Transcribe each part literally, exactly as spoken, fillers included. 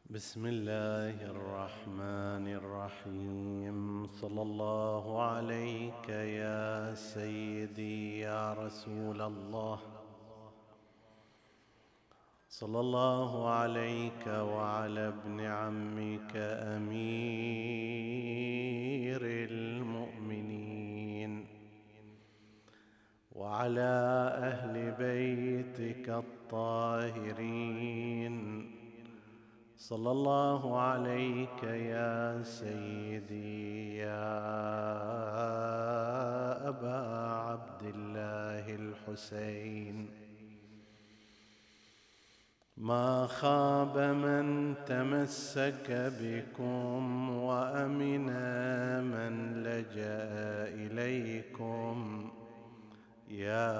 بسم الله الرحمن الرحيم. صلى الله عليك يا سيدي يا رسول الله، صلى الله عليك وعلى ابن عمك أمير المؤمنين وعلى أهل بيتك الطاهرين. صلى الله عليك يا سيدي يا أبا عبد الله الحسين. ما خاب من تمسك بكم وأمن من لجأ إليكم. يا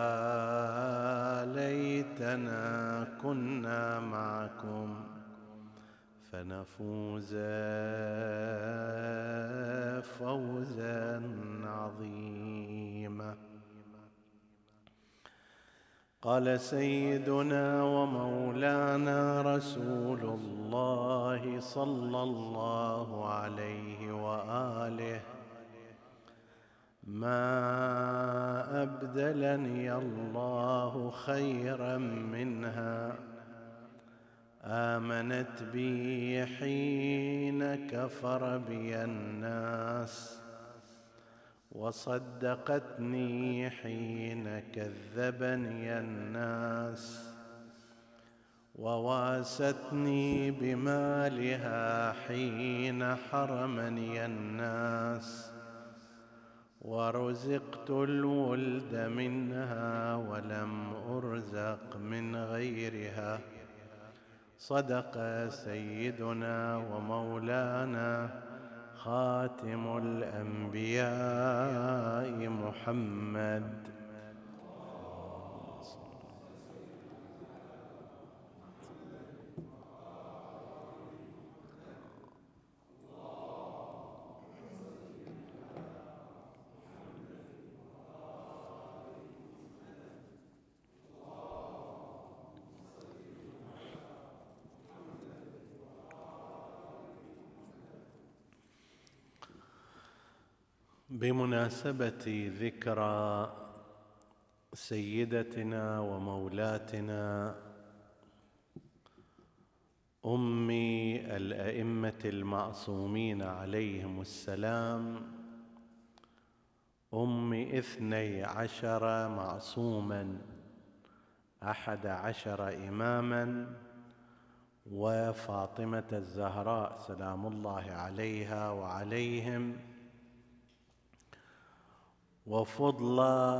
ليتنا كنا معكم فنفوز فوزا عظيما. قال سيدنا ومولانا رسول الله صلى الله عليه وآله: ما أبدلني الله خيرا منها آمنت بي حين كفر بي الناس، وصدقتني حين كذبني الناس، وواستني بمالها حين حرمني الناس، ورزقت الولد منها ولم أرزق من غيرها. صدق سيدنا ومولانا خاتم الأنبياء محمد. بمناسبة ذكرى سيدتنا ومولاتنا أم الأئمة المعصومين عليهم السلام، أم اثني عشر معصوما أحد عشر إماما، وفاطمة الزهراء سلام الله عليها وعليهم، وفضل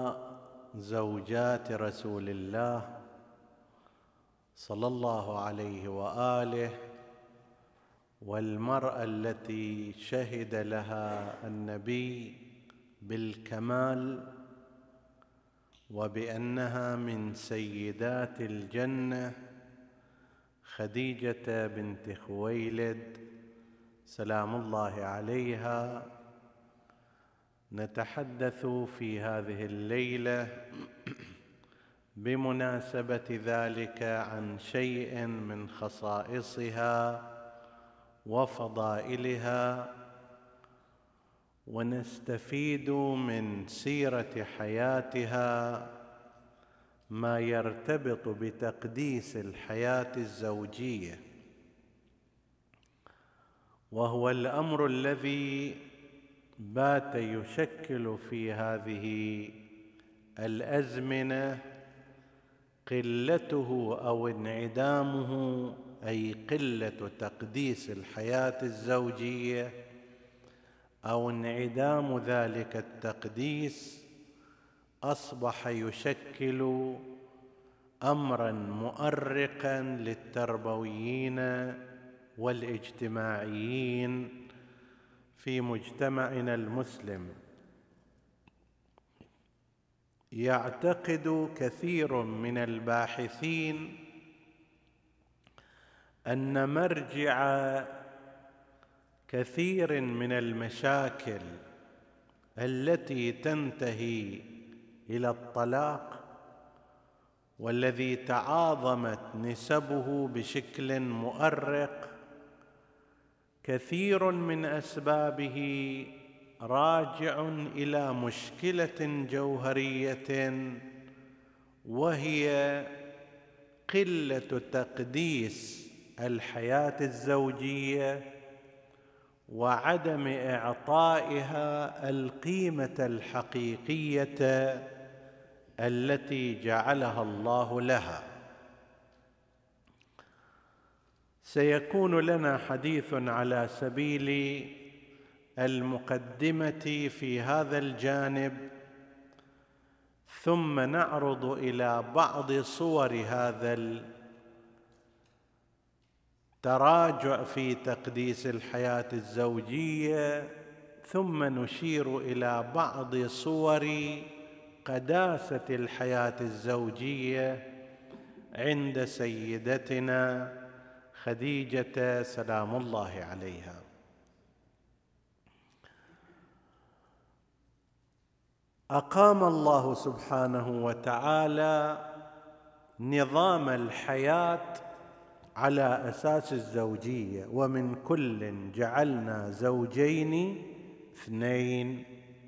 زوجات رسول الله صلى الله عليه وآله، والمرأة التي شهد لها النبي بالكمال وبأنها من سيدات الجنة، خديجة بنت خويلد سلام الله عليها. نتحدث في هذه الليلة بمناسبة ذلك عن شيء من خصائصها وفضائلها، ونستفيد من سيرة حياتها ما يرتبط بتقديس الحياة الزوجية، وهو الأمر الذي بات يشكل في هذه الأزمنة قلته أو انعدامه، أي قلة تقديس الحياة الزوجية أو انعدام ذلك التقديس، أصبح يشكل أمراً مؤرقاً للتربويين والاجتماعيين في مجتمعنا المسلم. يعتقد كثير من الباحثين أن مرجع كثير من المشاكل التي تنتهي إلى الطلاق والذي تعاظمت نسبه بشكل مؤرق كثير من أسبابه راجع إلى مشكلة جوهرية، وهي قلة تقديس الحياة الزوجية وعدم إعطائها القيمة الحقيقية التي جعلها الله لها. سيكون لنا حديث على سبيل المقدمة في هذا الجانب، ثم نعرض إلى بعض صور هذا التراجع في تقديس الحياة الزوجية، ثم نشير إلى بعض صور قداسة الحياة الزوجية عند سيدتنا خديجة سلام الله عليها. أقام الله سبحانه وتعالى نظام الحياة على أساس الزوجية: ومن كل جعلنا زوجين اثنين،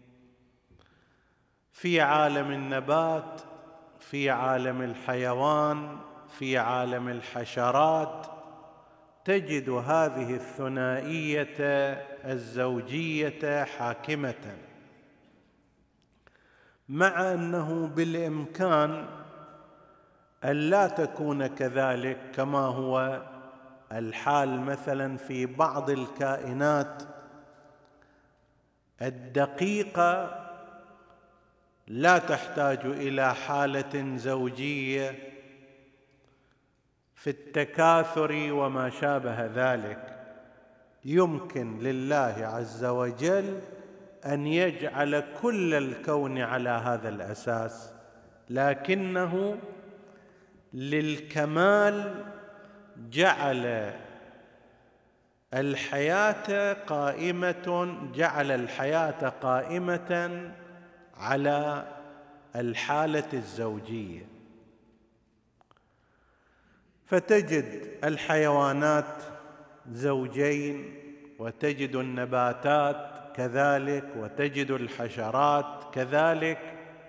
في عالم النبات، في عالم الحيوان، في عالم الحشرات، تجد هذه الثنائية الزوجية حاكمة، مع أنه بالإمكان أن لا تكون كذلك، كما هو الحال مثلا في بعض الكائنات الدقيقة لا تحتاج إلى حالة زوجية في التكاثر وما شابه ذلك. يمكن لله عز وجل أن يجعل كل الكون على هذا الأساس، لكنه للكمال جعل الحياة قائمة جعل الحياة قائمة على الحالة الزوجية. فتجد الحيوانات زوجين، وتجد النباتات كذلك، وتجد الحشرات كذلك.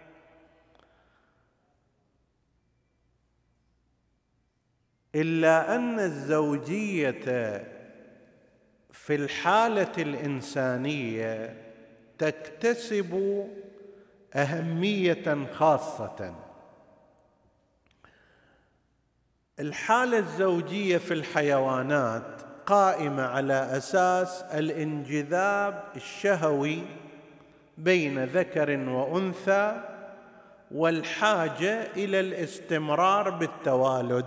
إلا أن الزوجية في الحالة الإنسانية تكتسب أهمية خاصة. الحالة الزوجية في الحيوانات قائمة على أساس الانجذاب الشهوي بين ذكر وأنثى، والحاجة إلى الاستمرار بالتوالد.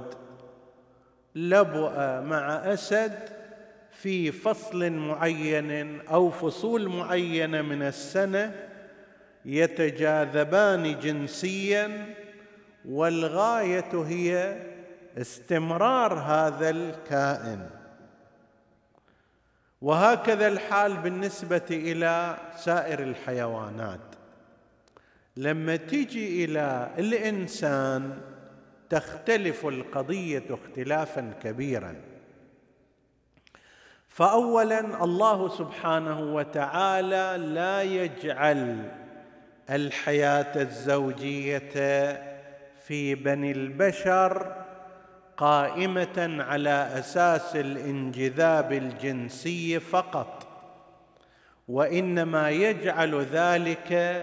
لبؤ مع أسد في فصل معين أو فصول معينة من السنة يتجاذبان جنسياً، والغاية هي استمرار هذا الكائن. وهكذا الحال بالنسبة إلى سائر الحيوانات. لما تيجي إلى الإنسان تختلف القضية اختلافاً كبيراً. فأولاً الله سبحانه وتعالى لا يجعل الحياة الزوجية في بني البشر قائمة على أساس الانجذاب الجنسي فقط، وإنما يجعل ذلك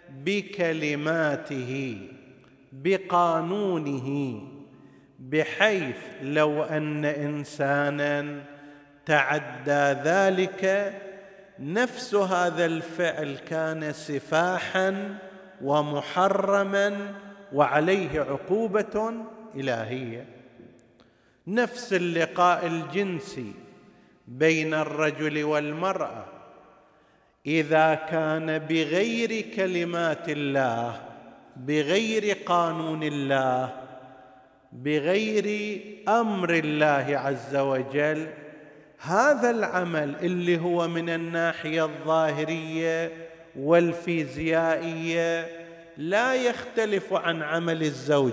بكلماته بقانونه، بحيث لو أن إنساناً تعدى ذلك نفس هذا الفعل كان سفاحاً ومحرماً وعليه عقوبة إلهية. نفس اللقاء الجنسي بين الرجل والمرأة إذا كان بغير كلمات الله، بغير قانون الله، بغير أمر الله عز وجل، هذا العمل اللي هو من الناحية الظاهرية والفيزيائية لا يختلف عن عمل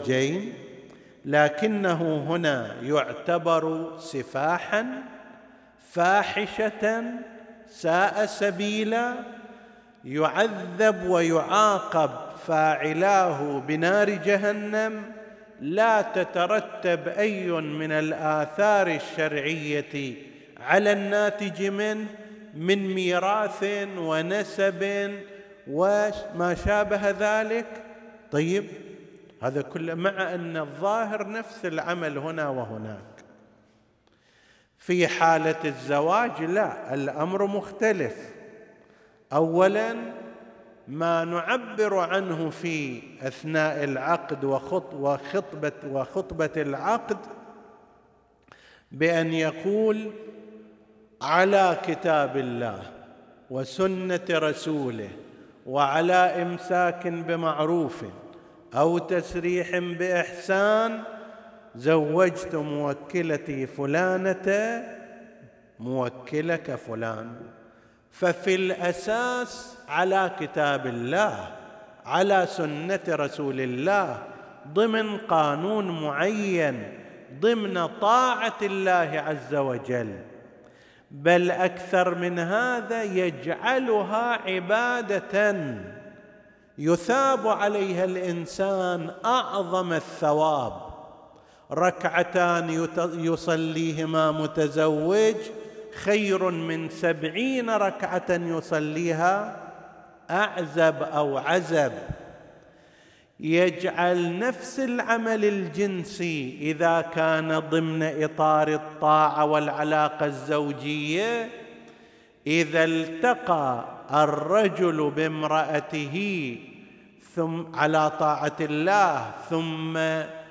الزوجين، لكنه هنا يعتبر سفاحاً فاحشة ساء سبيلا يعذب ويعاقب فاعلاه بنار جهنم، لا تترتب أي من الآثار الشرعية على الناتج منه من ميراث ونسب وما شابه ذلك. طيب، هذا كله مع أن الظاهر نفس العمل هنا وهناك. في حالة الزواج لا، الأمر مختلف. أولاً ما نعبر عنه في أثناء العقد وخطبة, وخطبة العقد بأن يقول على كتاب الله وسنة رسوله وعلى إمساك بمعروف أو تسريح بإحسان زوجت موكلتي فلانة موكلك فلان. ففي الأساس على كتاب الله، على سنة رسول الله، ضمن قانون معين، ضمن طاعة الله عز وجل. بل أكثر من هذا، يجعلها عبادة يثاب عليها الإنسان أعظم الثواب. ركعتان يصليهما متزوج خير من سبعين ركعة يصليها أعزب أو عزب. يجعل نفس العمل الجنسي إذا كان ضمن إطار الطاعة والعلاقة الزوجية، إذا التقى الرجل بامرأته ثم على طاعة الله ثم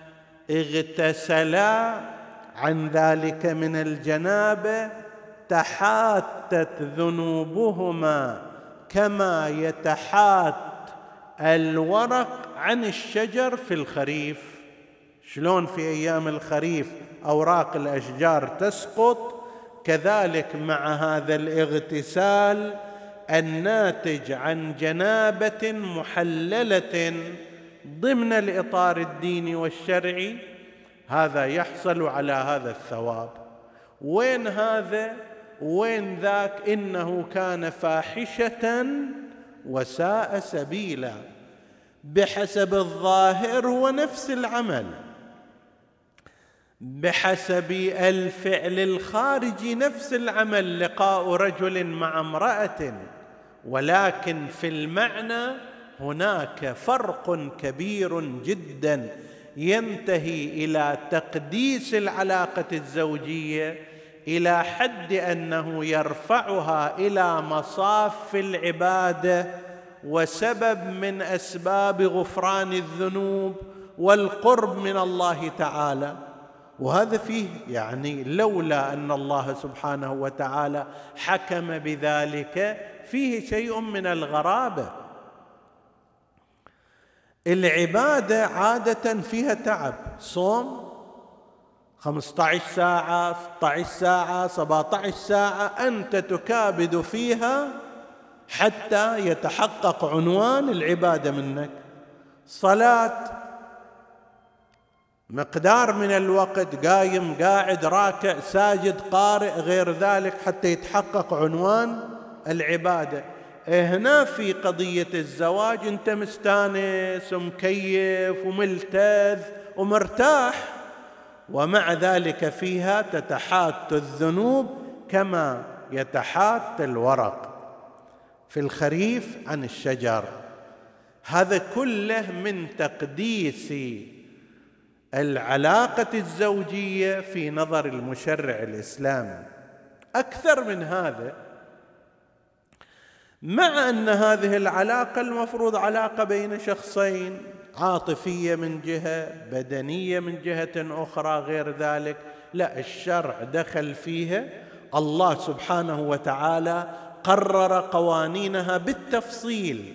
اغتسلا عن ذلك من الجنابة، تحاتت ذنوبهما كما يتحات الورق عن الشجر في الخريف. شلون في أيام الخريف أوراق الأشجار تسقط، كذلك مع هذا الاغتسال الناتج عن جنابة محللة ضمن الإطار الديني والشرعي، هذا يحصل على هذا الثواب. وين هذا وين ذاك؟ إنه كان فاحشة وساء سبيلا. بحسب الظاهر هو نفس العمل، بحسب الفعل الخارجي نفس العمل، لقاء رجل مع امرأة، ولكن في المعنى هناك فرق كبير جدا ينتهي إلى تقديس العلاقة الزوجية إلى حد أنه يرفعها إلى مصاف العبادة وسبب من أسباب غفران الذنوب والقرب من الله تعالى. وهذا فيه يعني لولا أن الله سبحانه وتعالى حكم بذلك فيه شيء من الغرابة. العبادة عادة فيها تعب، صوم خمسة عشر ساعة، ستة عشر ساعة، سبعة عشر ساعة، أنت تكابد فيها حتى يتحقق عنوان العبادة منك. صلاة مقدار من الوقت قايم قاعد راكع ساجد قارئ غير ذلك حتى يتحقق عنوان العبادة. هنا في قضية الزواج أنت مستانس ومكيف وملتذ ومرتاح، ومع ذلك فيها تتحات الذنوب كما يتحات الورق في الخريف عن الشجر. هذا كله من تقديس العلاقة الزوجية في نظر المشرع الإسلامي. أكثر من هذا، مع أن هذه العلاقة المفروض علاقة بين شخصين، عاطفية من جهة، بدنية من جهة أخرى غير ذلك، لا، الشرع دخل فيها، الله سبحانه وتعالى قرر قوانينها بالتفصيل،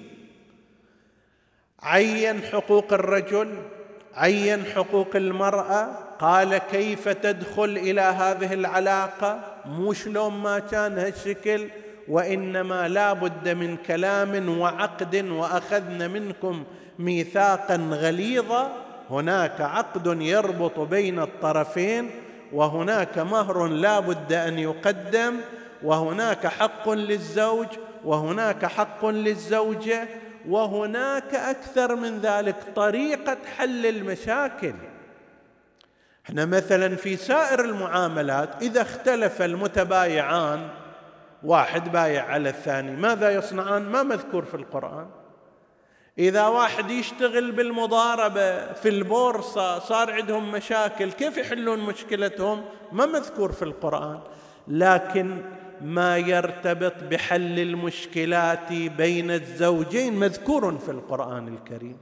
عين حقوق الرجل، عين حقوق المرأة، قال كيف تدخل إلى هذه العلاقة، مو شلون ما كان هالشكل، وإنما لا بد من كلام وعقد، وأخذن منكم ميثاقا غليظا. هناك عقد يربط بين الطرفين، وهناك مهر لا بد أن يقدم، وهناك حق للزوج، وهناك حق للزوجة، وهناك أكثر من ذلك طريقة حل المشاكل. احنا مثلا في سائر المعاملات إذا اختلف المتبايعان، واحد بايع على الثاني، ماذا يصنعان؟ ما مذكور في القرآن. إذا واحد يشتغل بالمضاربة في البورصة صار عندهم مشاكل، كيف يحلون مشكلتهم؟ ما مذكور في القرآن. لكن ما يرتبط بحل المشكلات بين الزوجين مذكور في القرآن الكريم.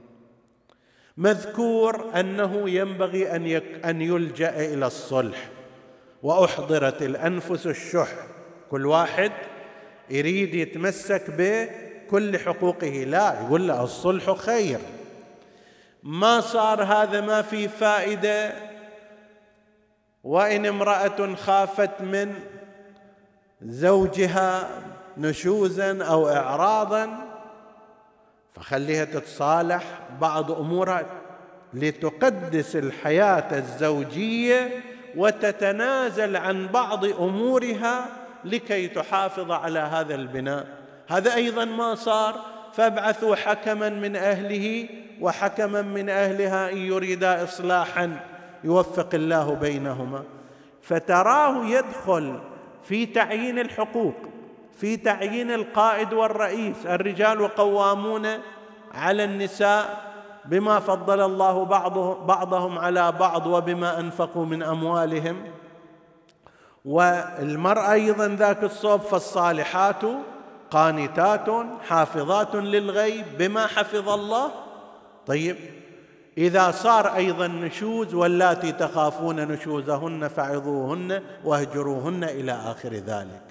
مذكور أنه ينبغي أن يك أن يلجأ إلى الصلح، وأحضرت الأنفس الشح، كل واحد يريد يتمسك بكل حقوقه، لا، يقول له الصلح خير. ما صار هذا ما في فائدة، وإن امرأة خافت من زوجها نشوزا أو إعراضا فخليها تتصالح بعض أمورها لتقدس الحياة الزوجية وتتنازل عن بعض أمورها لكي تحافظ على هذا البناء. هذا أيضا ما صار، فابعثوا حكما من أهله وحكما من أهلها إن يريدا إصلاحا يوفق الله بينهما. فتراه يدخل في تعيين الحقوق، في تعيين القائد والرئيس. الرجال قوامون على النساء بما فضل الله بعضهم على بعض وبما أنفقوا من أموالهم، والمرأة أيضا ذاك الصوب، فالصالحات قانتات حافظات للغيب بما حفظ الله. طيب إذا صار أيضا نشوز، واللاتي تخافون نشوزهن فعظوهن واهجروهن إلى آخر ذلك.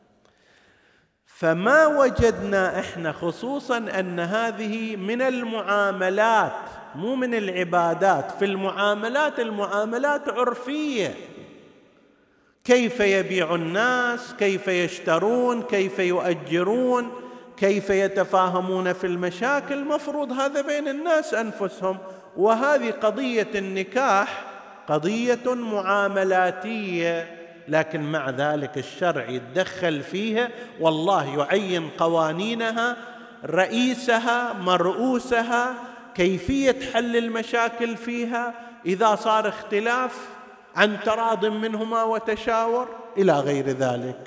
فما وجدنا إحنا خصوصا أن هذه من المعاملات مو من العبادات. في المعاملات المعاملات عرفية، كيف يبيع الناس، كيف يشترون، كيف يؤجرون، كيف يتفاهمون في المشاكل، مفروض هذا بين الناس أنفسهم. وهذه قضية النكاح قضية معاملاتية، لكن مع ذلك الشرع يتدخل فيها، والله يعين قوانينها، رئيسها، مرؤوسها، كيفية حل المشاكل فيها إذا صار اختلاف عن تراض منهما وتشاور إلى غير ذلك.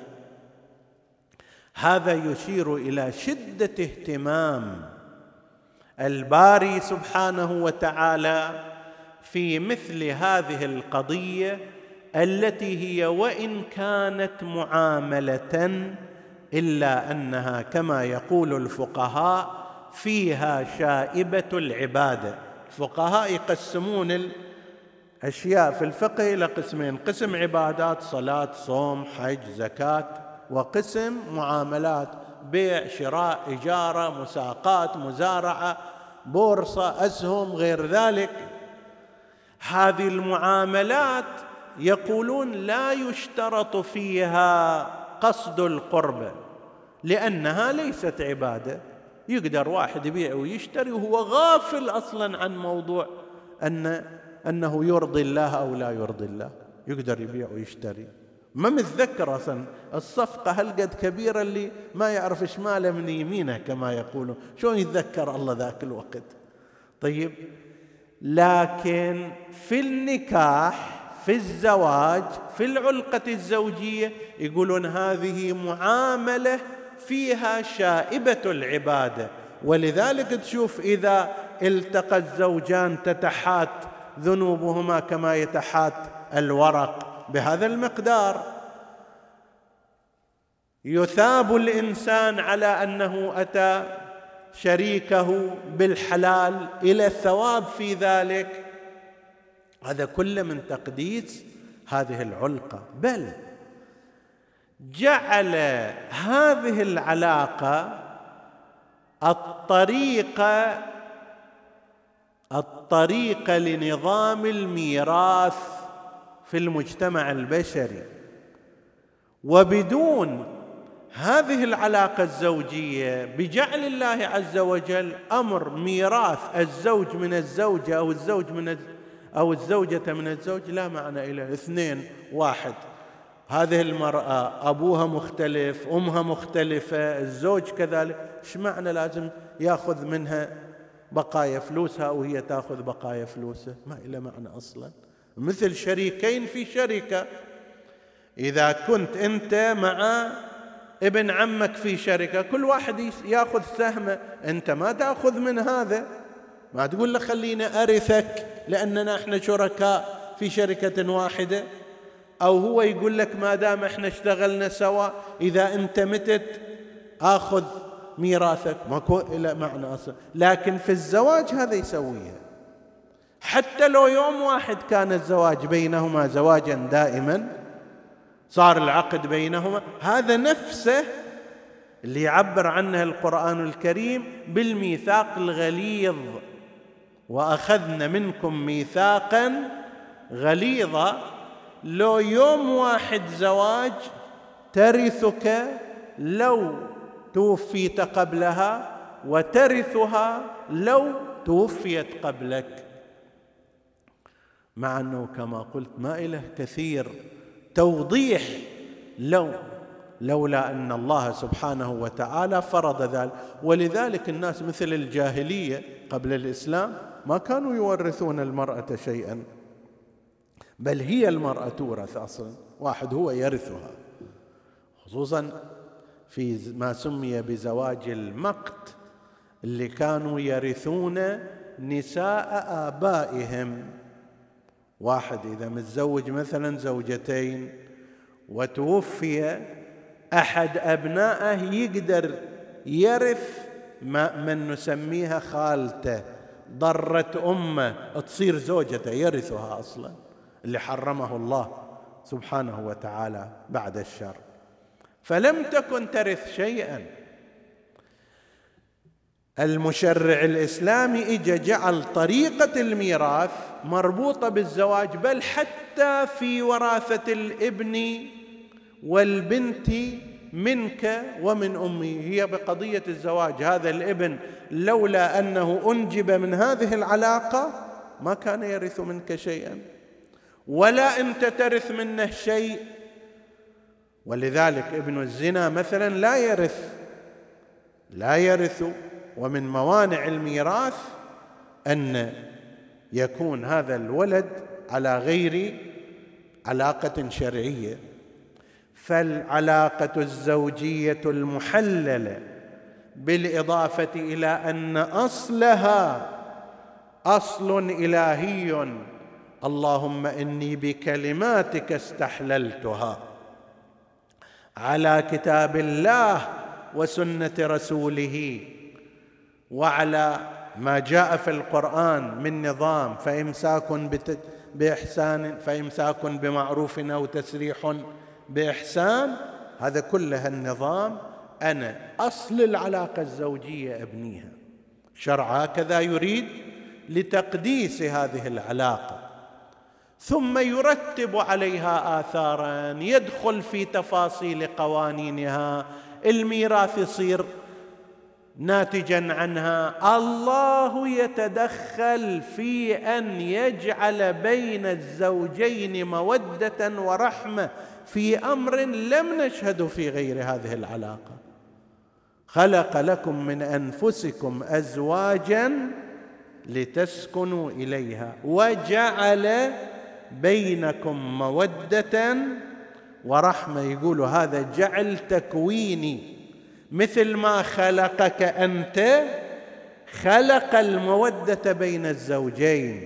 هذا يشير إلى شدة اهتمام الباري سبحانه وتعالى في مثل هذه القضية، التي هي وإن كانت معاملة إلا أنها كما يقول الفقهاء فيها شائبة العبادة. الفقهاء يقسمون الأشياء في الفقه إلى قسمين: قسم عبادات، صلاة، صوم، حج، زكاة، وقسم معاملات، بيع، شراء، إجارة، مساقات، مزارعة، بورصة، أسهم، غير ذلك. هذه المعاملات يقولون لا يشترط فيها قصد القربة، لأنها ليست عبادة. يقدر واحد يبيع ويشتري وهو غافل أصلا عن موضوع أن أنه يرضي الله أو لا يرضي الله، يقدر يبيع ويشتري، ما متذكر أصلا الصفقة هالقد كبيرة اللي ما يعرف شماله من يمينه كما يقولون، شلون يتذكر الله ذاك الوقت؟ طيب، لكن في النكاح، في الزواج، في العلقة الزوجية، يقولون هذه معاملة فيها شائبة العبادة. ولذلك تشوف إذا التقى الزوجان تتحات ذنوبهما كما يتحات الورق بهذا المقدار. يثاب الإنسان على أنه أتى شريكه بالحلال إلى الثواب في ذلك. هذا كله من تقديس هذه العلقة. بل جعل هذه العلاقة الطريقة الطريقة لنظام الميراث في المجتمع البشري. وبدون هذه العلاقة الزوجية بجعل الله عز وجل أمر ميراث الزوج من الزوجة أو الزوج من أو الزوجة من الزوج لا معنى إليه. اثنين واحد، هذه المرأة أبوها مختلف، أمها مختلفة، الزوج كذلك، إيش معنى لازم يأخذ منها بقايا فلوسها أو هي تأخذ بقايا فلوسه؟ ما إلى معنى أصلا. مثل شريكين في شركة، إذا كنت أنت مع ابن عمك في شركة كل واحد يأخذ سهمه، أنت ما تأخذ من هذا، ما تقول له خليني أرثك لأننا إحنا شركاء في شركة واحدة، أو هو يقول لك ما دام إحنا اشتغلنا سوا إذا أنت متت آخذ ميراثك، ماكو إلى معنى أصلا. لكن في الزواج هذا يسويها، حتى لو يوم واحد كان الزواج بينهما زواجا دائما، صار العقد بينهما، هذا نفسه اللي يعبر عنه القرآن الكريم بالميثاق الغليظ، وأخذنا منكم ميثاقا غليظا. لو يوم واحد زواج ترثك لو توفيت قبلها، وترثها لو توفيت قبلك، مع أنه كما قلت ما إله كثير توضيح لو لولا أن الله سبحانه وتعالى فرض ذلك. ولذلك الناس مثل الجاهلية قبل الإسلام ما كانوا يورثون المرأة شيئا، بل هي المرأة تورث أصلا، واحد هو يرثها، خصوصا في ما سمي بزواج المقت، اللي كانوا يرثون نساء آبائهم. واحد إذا متزوج مثلا زوجتين وتوفي أحد أبنائه يقدر يرث من نسميها خالته، ضرت أمه تصير زوجته، يرثها أصلا، اللي حرمه الله سبحانه وتعالى بعد الشر. فلم تكن ترث شيئا. المشرع الإسلامي إجا جعل طريقة الميراث مربوطة بالزواج، بل حتى في وراثة الابن والبنت منك ومن أمه هي بقضية الزواج. هذا الابن لولا أنه أنجب من هذه العلاقة ما كان يرث منك شيئا، ولا أنت ترث منه شيء. ولذلك ابن الزنا مثلا لا يرث لا يرث ومن موانع الميراث أن يكون هذا الولد على غير علاقة شرعية. فالعلاقة الزوجية المحللة بالإضافة إلى أن أصلها أصل إلهي، اللهم إني بكلماتك استحللتها، على كتاب الله وسنة رسوله، وعلى ما جاء في القرآن من نظام، فإمساك بإحسان فإمساك بمعروف أو تسريح بإحسان. هذا كله النظام أنا أصل العلاقة الزوجية أبنيها. شرع هكذا يريد لتقديس هذه العلاقة، ثم يرتب عليها آثارا، يدخل في تفاصيل قوانينها، الميراث يصير ناتجا عنها. الله يتدخل في أن يجعل بين الزوجين مودة ورحمة في أمر لم نشهد في غير هذه العلاقة. خلق لكم من أنفسكم أزواجا لتسكنوا إليها وجعل بينكم مودة ورحمة. يقولوا هذا جعل تكويني، مثل ما خلقك أنت خلق المودة بين الزوجين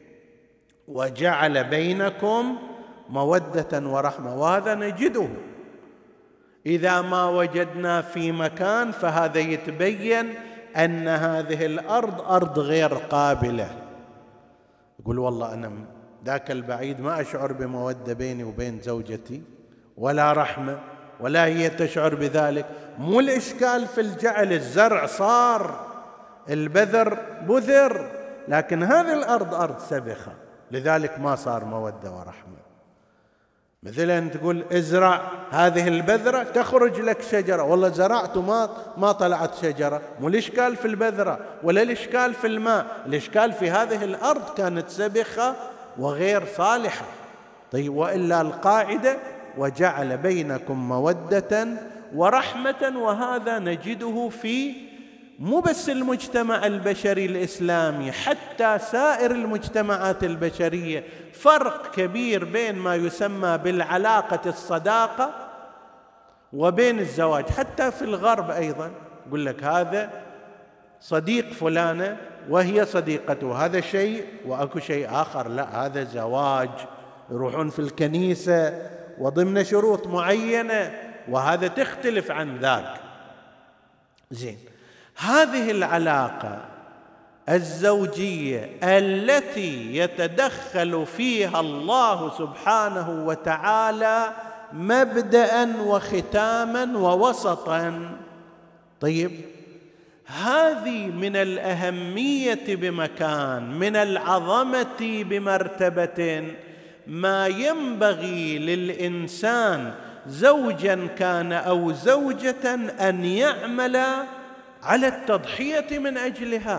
وجعل بينكم مودة ورحمة. وهذا نجده إذا ما وجدنا في مكان فهذا يتبين أن هذه الأرض أرض غير قابلة. يقول والله أنا ذاك البعيد ما أشعر بمودة بيني وبين زوجتي ولا رحمة، ولا هي تشعر بذلك. مو الإشكال في الجعل، الزرع صار، البذر بذر، لكن هذه الأرض أرض سبخة، لذلك ما صار مودة ورحمة. مثلا تقول ازرع هذه البذرة تخرج لك شجرة، والله زرعت ما ما طلعت شجرة. مو الإشكال في البذرة ولا الإشكال في الماء، الإشكال في هذه الأرض كانت سبخة وغير صالحة. طيب وإلا القاعدة وجعل بينكم مودة ورحمة، وهذا نجده في مو بس المجتمع البشري الإسلامي، حتى سائر المجتمعات البشرية. فرق كبير بين ما يسمى بالعلاقة الصداقة وبين الزواج. حتى في الغرب أيضا يقول لك هذا صديق فلانة وهي صديقته، هذا شيء، وأكو شيء آخر لا، هذا زواج، يروحون في الكنيسة وضمن شروط معينة، وهذا تختلف عن ذاك. زين، هذه العلاقة الزوجية التي يتدخل فيها الله سبحانه وتعالى مبدأ وختاما ووسطا، طيب هذه من الأهمية بمكان، من العظمة بمرتبة، ما ينبغي للإنسان زوجا كان أو زوجة أن يعمل على التضحية من أجلها،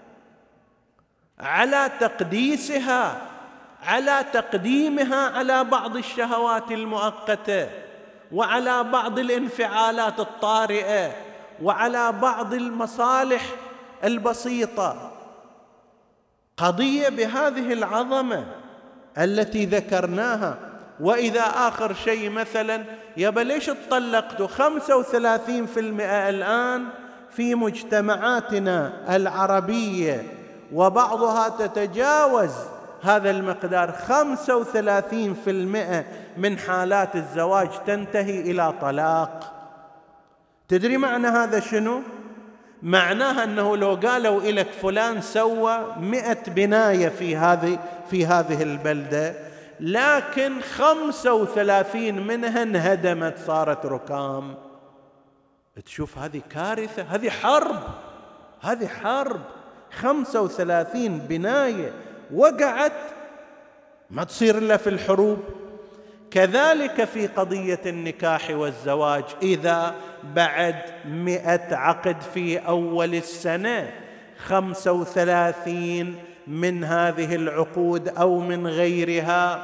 على تقديسها، على تقديمها على بعض الشهوات المؤقتة، وعلى بعض الانفعالات الطارئة، وعلى بعض المصالح البسيطة. قضية بهذه العظمة التي ذكرناها. وإذا آخر شيء مثلا يبا ليش اتطلقتوا؟ خمسة وثلاثين بالمئة الآن في مجتمعاتنا العربية، وبعضها تتجاوز هذا المقدار، خمسة وثلاثين بالمئة من حالات الزواج تنتهي إلى طلاق. تدري معنى هذا شنو؟ معناها أنه لو قالوا إلك فلان سوى مئة بناية في هذه في هذه البلدة، لكن خمسة وثلاثين منها انهدمت، صارت ركام. تشوف هذه كارثة، هذه حرب، هذه حرب. خمسة وثلاثين بناية وقعت، ما تصير إلا في الحروب. كذلك في قضية النكاح والزواج، إذا بعد مئة عقد في أول السنة خمسة وثلاثين من هذه العقود أو من غيرها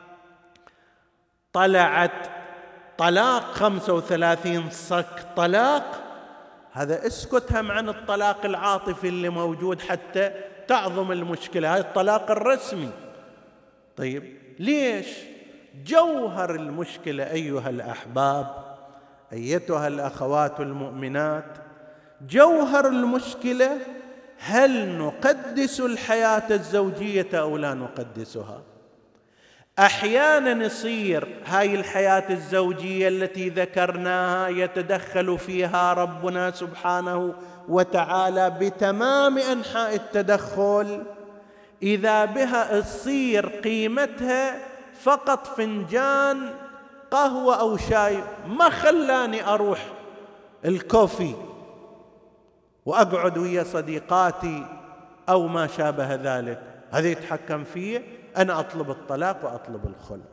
طلعت طلاق، خمسة وثلاثين صك طلاق، هذا اسكت هم عن الطلاق العاطفي اللي موجود حتى تعظم المشكلة، هذا الطلاق الرسمي. طيب ليش؟ جوهر المشكلة أيها الأحباب، أيتها الأخوات المؤمنات، جوهر المشكلة هل نقدس الحياة الزوجية أو لا نقدسها؟ أحيانا يصير هاي الحياة الزوجية التي ذكرناها يتدخل فيها ربنا سبحانه وتعالى بتمام أنحاء التدخل، إذا بها تصير قيمتها فقط فنجان قهوة أو شاي، ما خلاني أروح الكوفي وأقعد ويا صديقاتي أو ما شابه ذلك، هذا يتحكم فيه، أنا أطلب الطلاق وأطلب الخلع.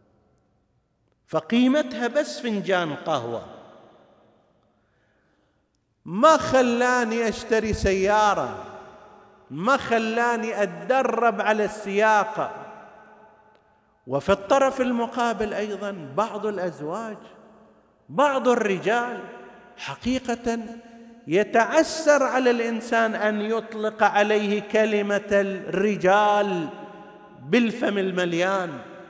فقيمتها بس فنجان قهوة، ما خلاني أشتري سيارة، ما خلاني أتدرب على السياقة. وفي الطرف المقابل أيضا بعض الأزواج، بعض الرجال حقيقة يتعسر على الإنسان أن يطلق عليه كلمة الرجال بالفم المليان.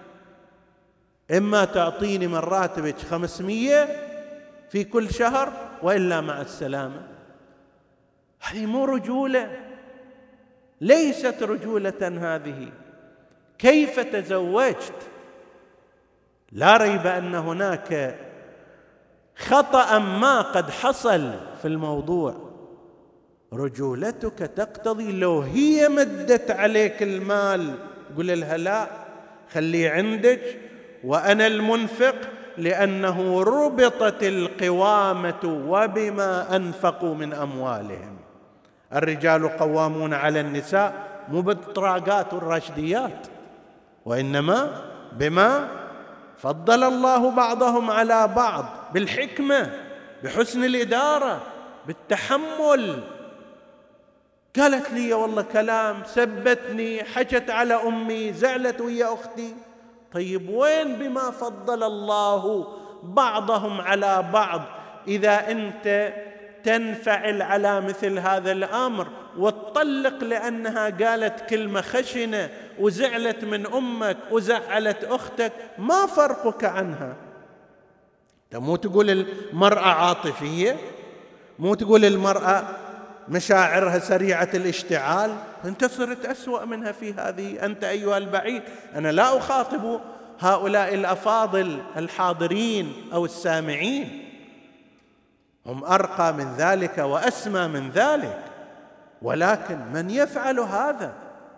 إما تعطيني من راتبك خمسمية في كل شهر، وإلا مع السلامة. هذه مو رجولة، ليست رجولة هذه. كيف تزوجت؟ لا ريب أن هناك خطأ ما قد حصل في الموضوع. رجولتك تقتضي لو هي مدت عليك المال قل لها لا، خليه عندك وأنا المنفق، لأنه ربطت القوامة وبما أنفقوا من أموالهم. الرجال قوامون على النساء مو بالطراقات والرشديات، وإنما بما فضل الله بعضهم على بعض، بالحكمة، بحسن الإدارة، بالتحمل. قالت لي والله كلام، سبتني، حكت على أمي، زعلت ويا أختي. طيب وين بما فضل الله بعضهم على بعض؟ إذا أنت تنفعل على مثل هذا الأمر وتطلق لأنها قالت كلمة خشنة وزعلت من أمك وزعلت أختك، ما فرقك عنها؟ مو تقول المرأة عاطفية، مو تقول المرأة مشاعرها سريعة الاشتعال، أنت صرت أسوأ منها في هذه. أنت أيها البعيد، أنا لا أخاطب هؤلاء الأفاضل الحاضرين أو السامعين، هم أرقى من ذلك وأسمى من ذلك، ولكن من يفعل هذا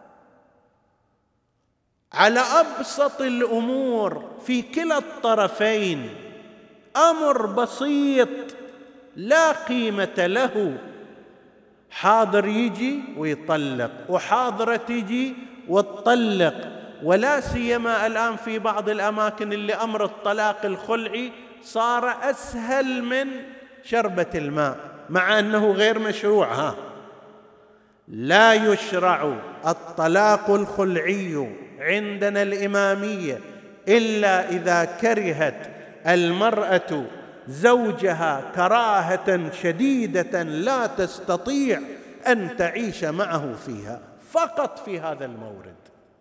على أبسط الأمور في كلا الطرفين، أمر بسيط لا قيمة له، حاضر يجي ويطلق وحاضرة تجي وتطلق، ولا سيما الآن في بعض الأماكن اللي أمر الطلاق الخلعي صار أسهل من شربة الماء، مع أنه غير مشروع. ها لا يشرع الطلاق الخلعي عندنا الإمامية إلا إذا كرهت المرأة زوجها كراهة شديدة لا تستطيع أن تعيش معه فيها، فقط في هذا المورد.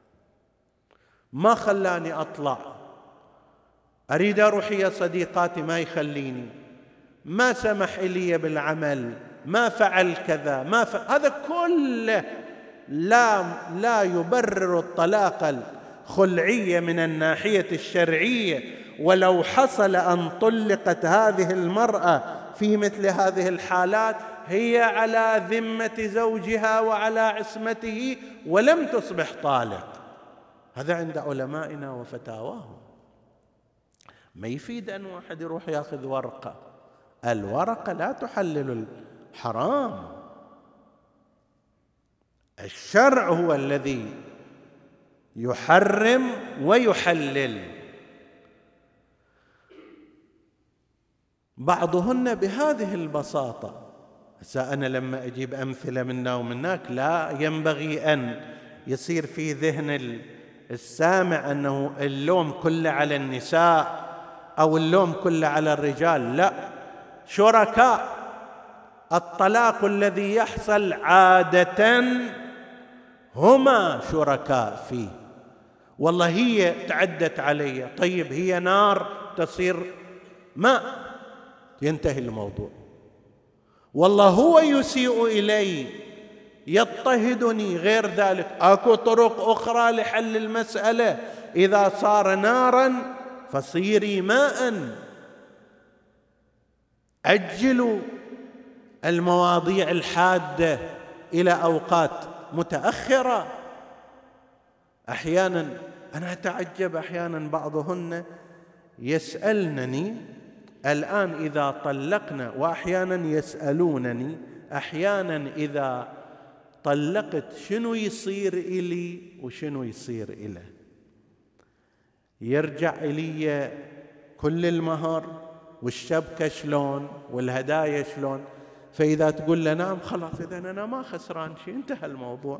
ما خلاني أطلع أريد أروح يا صديقاتي، ما يخليني، ما سمح لي بالعمل، ما فعل كذا، ما فعل. هذا كله لا لا يبرر الطلاق الخلعي من الناحية الشرعية. ولو حصل أن طلقت هذه المرأة في مثل هذه الحالات هي على ذمة زوجها وعلى عصمته ولم تصبح طالق. هذا عند علمائنا وفتاواهم. ما يفيد أن واحد يروح يأخذ ورقة، الورقة لا تحلل الحرام، الشرع هو الذي يحرم ويحلل. بعضهن بهذه البساطة. هسه أنا لما أجيب أمثلة منا ومناك لا ينبغي أن يصير في ذهن السامع أنه اللوم كله على النساء أو اللوم كله على الرجال، لا، شركاء. الطلاق الذي يحصل عادة هما شركاء فيه. والله هي تعدت علي، طيب هي نار تصير ماء، ينتهي الموضوع. والله هو يسيء إلي، يضطهدني، غير ذلك، أكو طرق أخرى لحل المسألة. إذا صار نارا فصيري ماء. أجلوا المواضيع الحادة إلى أوقات متأخرة. أحيانا أنا أتعجب، أحيانا بعضهن يسألنني الآن إذا طلقنا، وأحيانا يسألونني أحيانا إذا طلقت شنو يصير إلي وشنو يصير إله. يرجع إلي كل المهر والشبكة شلون والهدايا شلون، فإذا تقول له نعم خلاص إذا أنا ما خسران شيء، انتهى الموضوع.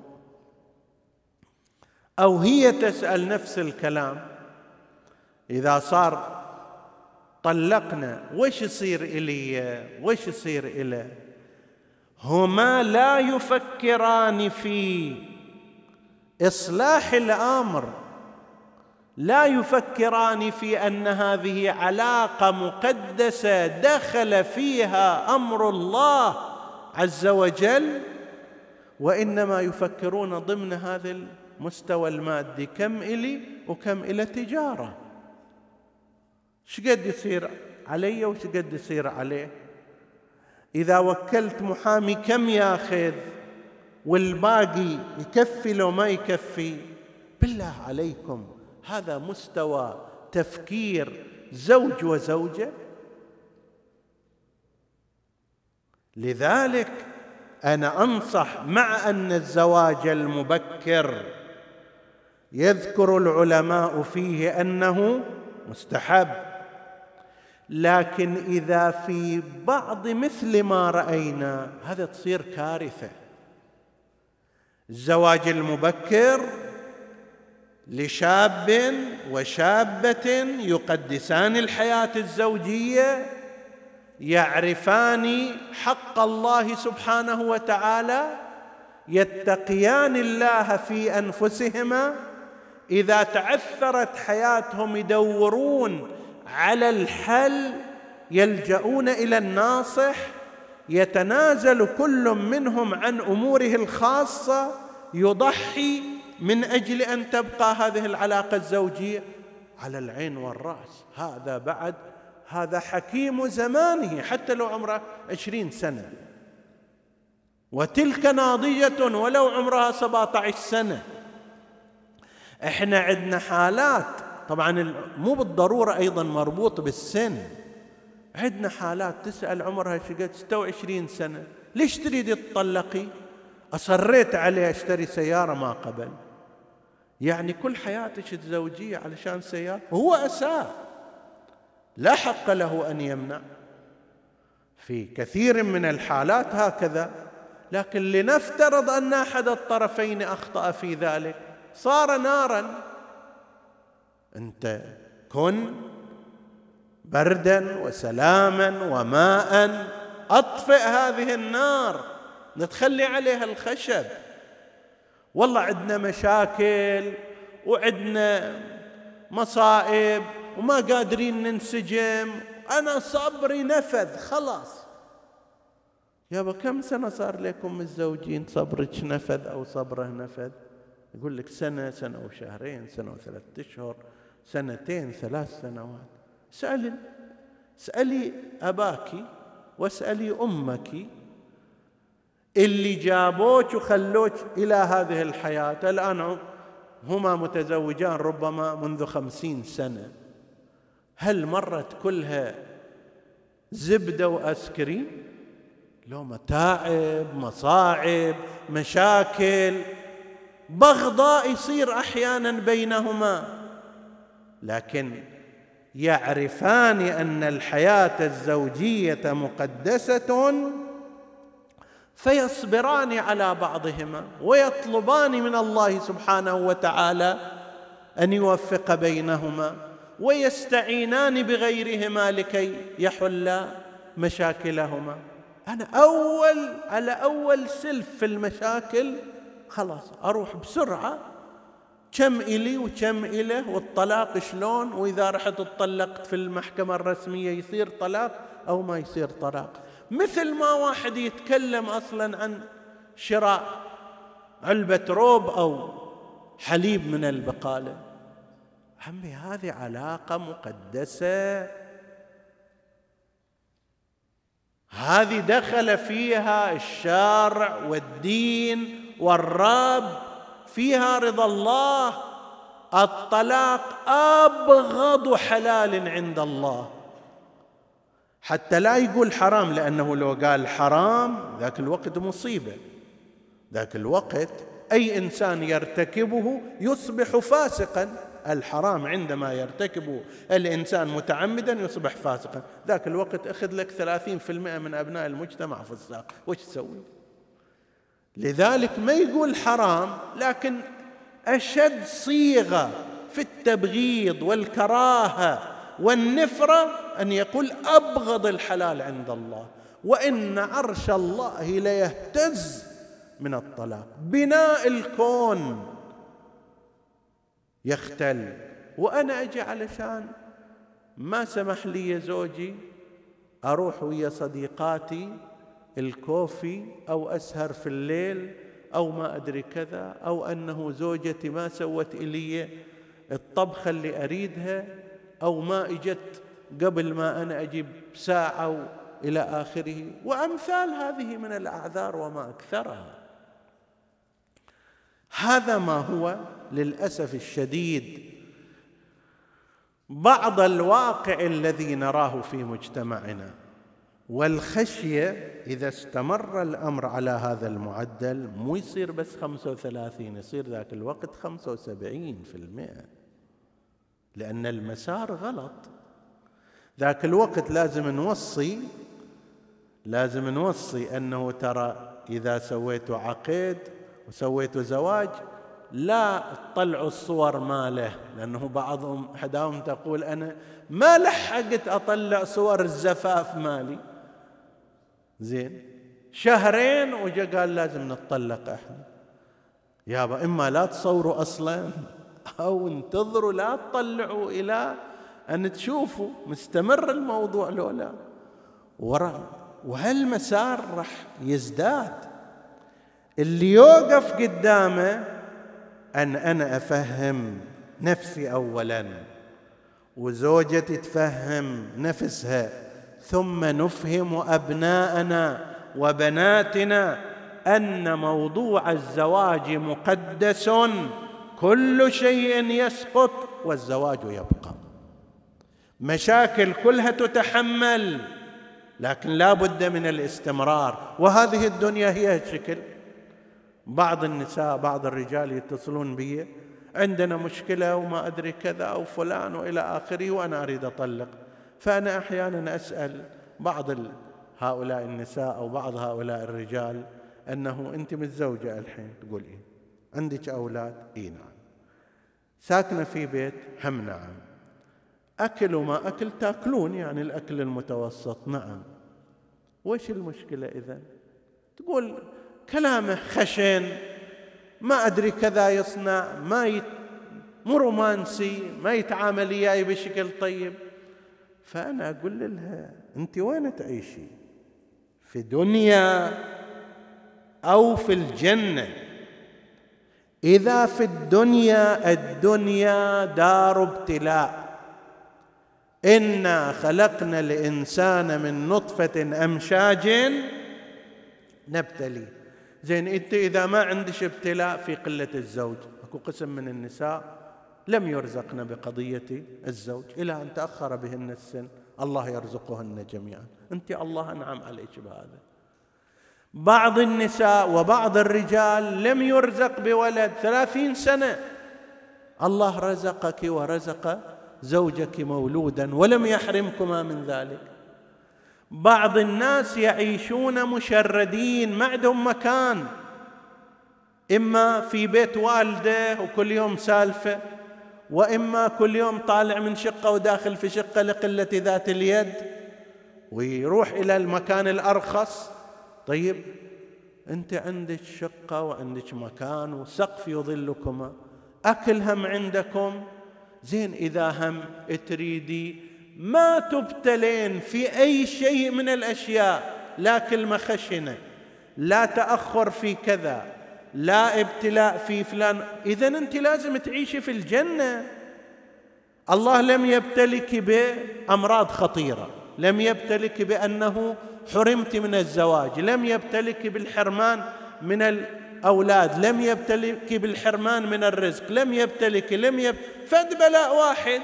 أو هي تسأل نفس الكلام، إذا صار طلقنا وش يصير إلي وش يصير إله. هما لا يفكران في إصلاح الأمر، لا يفكران في أن هذه علاقة مقدسة دخل فيها أمر الله عز وجل، وإنما يفكرون ضمن هذا المستوى المادي، كم إلي وكم إلى تجارة، شقد يصير علي وشقد يصير عليه. إذا وكلت محامي كم ياخذ والباقي يكفي لو ما يكفي. بالله عليكم، هذا مستوى تفكير زوج وزوجة؟ لذلك أنا أنصح، مع أن الزواج المبكر يذكر العلماء فيه أنه مستحب، لكن إذا في بعض مثل ما رأينا هذا تصير كارثة. الزواج المبكر لشاب وشابة يقدسان الحياة الزوجية، يعرفان حق الله سبحانه وتعالى، يتقيان الله في أنفسهما، إذا تعثرت حياتهم يدورون على الحل، يلجؤون إلى الناصح، يتنازل كل منهم عن أموره الخاصة، يضحي من أجل أن تبقى هذه العلاقة الزوجية على العين والرأس. هذا بعد هذا حكيم زمانه حتى لو عمره عشرين سنة، وتلك ناضجة ولو عمرها سبعة عشر سنة. احنا عندنا حالات، طبعا مو بالضرورة أيضا مربوط بالسن، عندنا حالات تسأل عمرها شقد ستة وعشرين سنة، ليش تريد تطلقي؟ أصريت عليه أشتري سيارة ما قبل. يعني كل حياتك الزوجية علشان سيارة؟ هو أساء، لا حق له أن يمنع. في كثير من الحالات هكذا، لكن لنفترض أن أحد الطرفين أخطأ في ذلك، صار نارا. أنت كن بردا وسلاما وماء، أطفئ هذه النار، نتخلي عليها الخشب. والله عندنا مشاكل وعندنا مصائب وما قادرين ننسجم، أنا صبري نفذ خلاص. يابا كم سنة صار لكم متزوجين صبرك نفذ أو صبره نفذ؟ يقول لك سنة، سنة وشهرين، سنة وثلاثة أشهر، سنتين، ثلاث سنوات. سألي اسألي أباك واسألي أمك اللي جابوك وخلوك إلى هذه الحياة. الآن هما متزوجان ربما منذ خمسين سنة، هل مرت كلها زبدة وآسكريم؟ لو متاعب، مصاعب، مشاكل، بغضاء يصير أحيانا بينهما، لكن يعرفان أن الحياة الزوجية مقدسة، فيصبران على بعضهما ويطلبان من الله سبحانه وتعالى أن يوفق بينهما، ويستعينان بغيرهما لكي يحلا مشاكلهما. أنا أول على أول سلف في المشاكل خلاص أروح بسرعة، كم إلي وكم إله، والطلاق شلون، وإذا رحت اتطلقت في المحكمة الرسمية يصير طلاق أو ما يصير طلاق. مثل ما واحد يتكلم أصلا عن شراء علبة روب أو حليب من البقالة. عمي هذه علاقة مقدسة، هذه دخل فيها الشارع والدين والرب، فيها رضا الله. الطلاق أبغض حلال عند الله، حتى لا يقول حرام، لأنه لو قال حرام ذاك الوقت مصيبة، ذاك الوقت أي إنسان يرتكبه يصبح فاسقا. الحرام عندما يرتكبه الإنسان متعمدا يصبح فاسقا، ذاك الوقت أخذ لك ثلاثين بالمئة من أبناء المجتمع فساق، وش تسوي؟ لذلك ما يقول حرام، لكن أشد صيغة في التبغيض والكراهة والنفرة أن يقول أبغض الحلال عند الله، وإن عرش الله ليهتز من الطلاق. بناء الكون يختل، وأنا أجي علشان ما سمح لي زوجي أروح ويا صديقاتي الكوفي أو أسهر في الليل أو ما أدري كذا، أو أنه زوجتي ما سوت إلي الطبخة اللي أريدها، أو ما إجت قبل ما أنا أجيب ساعة إلى آخره، وأمثال هذه من الأعذار وما أكثرها. هذا ما هو للأسف الشديد بعض الواقع الذي نراه في مجتمعنا. والخشية إذا استمر الأمر على هذا المعدل مو يصير بس خمسة وثلاثين، يصير ذاك الوقت خمسة وسبعين في المئة، لأن المسار غلط. ذاك الوقت لازم نوصي لازم نوصي أنه ترى إذا سويت عقد وسويتوا زواج لا تطلعوا الصور ماله، لأنه بعضهم أحدهم تقول أنا ما لحقت أطلع صور الزفاف مالي. زين شهرين وجا قال لازم نتطلق احنا. يابا إما لا تصوروا أصلا أو انتظروا لا تطلعوا إلى أن تشوفوا مستمر الموضوع لو لا. وهالمسار رح يزداد. اللي يوقف قدامه أن أنا أفهم نفسي أولا، وزوجتي تفهم نفسها، ثم نفهم أبناءنا وبناتنا أن موضوع الزواج مقدس، كل شيء يسقط والزواج يبقى. مشاكل كلها تتحمل، لكن لا بد من الاستمرار. وهذه الدنيا هي الشكل. بعض النساء بعض الرجال يتصلون بي عندنا مشكلة وما أدري كذا أو فلان وإلى آخره وأنا أريد أطلق. فأنا أحيانا أسأل بعض هؤلاء النساء أو بعض هؤلاء الرجال أنه أنت متزوجة الحين؟ تقول إيه. عندك أولاد؟ إيه نعم. ساكنة في بيت؟ هم نعم. أكل وما أكل تأكلون، يعني الأكل المتوسط؟ نعم. وش المشكلة إذن؟ تقول كلامه خشن، ما أدري كذا يصنع، ما يت... مو رومانسي، ما يتعامل إياي بشكل طيب. فأنا أقول لها أنت وين تعيشي؟ في دنيا أو في الجنة؟ إذا في الدنيا، الدنيا دار ابتلاء. إنا خلقنا الإنسان من نطفة أمشاج نبتلي. زين أنت إذا ما عندش ابتلاء في قلة الزوج، أكو قسم من النساء لم يرزقن بقضية الزوج إلى أن تأخر بهن السن، الله يرزقهن جميعا. أنت الله أنعم عليك بهذا. بعض النساء وبعض الرجال لم يرزق بولد ثلاثين سنة، الله رزقك ورزق زوجك مولودا ولم يحرمكما من ذلك. بعض الناس يعيشون مشردين، ما عندهم مكان، إما في بيت والده وكل يوم سالفة، وإما كل يوم طالع من شقة وداخل في شقة لقلة ذات اليد ويروح إلى المكان الأرخص. طيب أنت عندك شقة وعندك مكان وسقف يظلكما، أكل هم عندكم. زين إذا هم تريدي ما تبتلين في أي شيء من الأشياء، لا كلمة خشنة، لا تأخر في كذا، لا ابتلاء في فلان، إذن أنت لازم تعيشي في الجنة. الله لم يبتلك بأمراض خطيرة، لم يبتلك بأنه حرمت من الزواج، لم يبتلك بالحرمان من الأولاد، لم يبتلك بالحرمان من الرزق، لم يبتلك لم يبتلك فد بلاء واحد،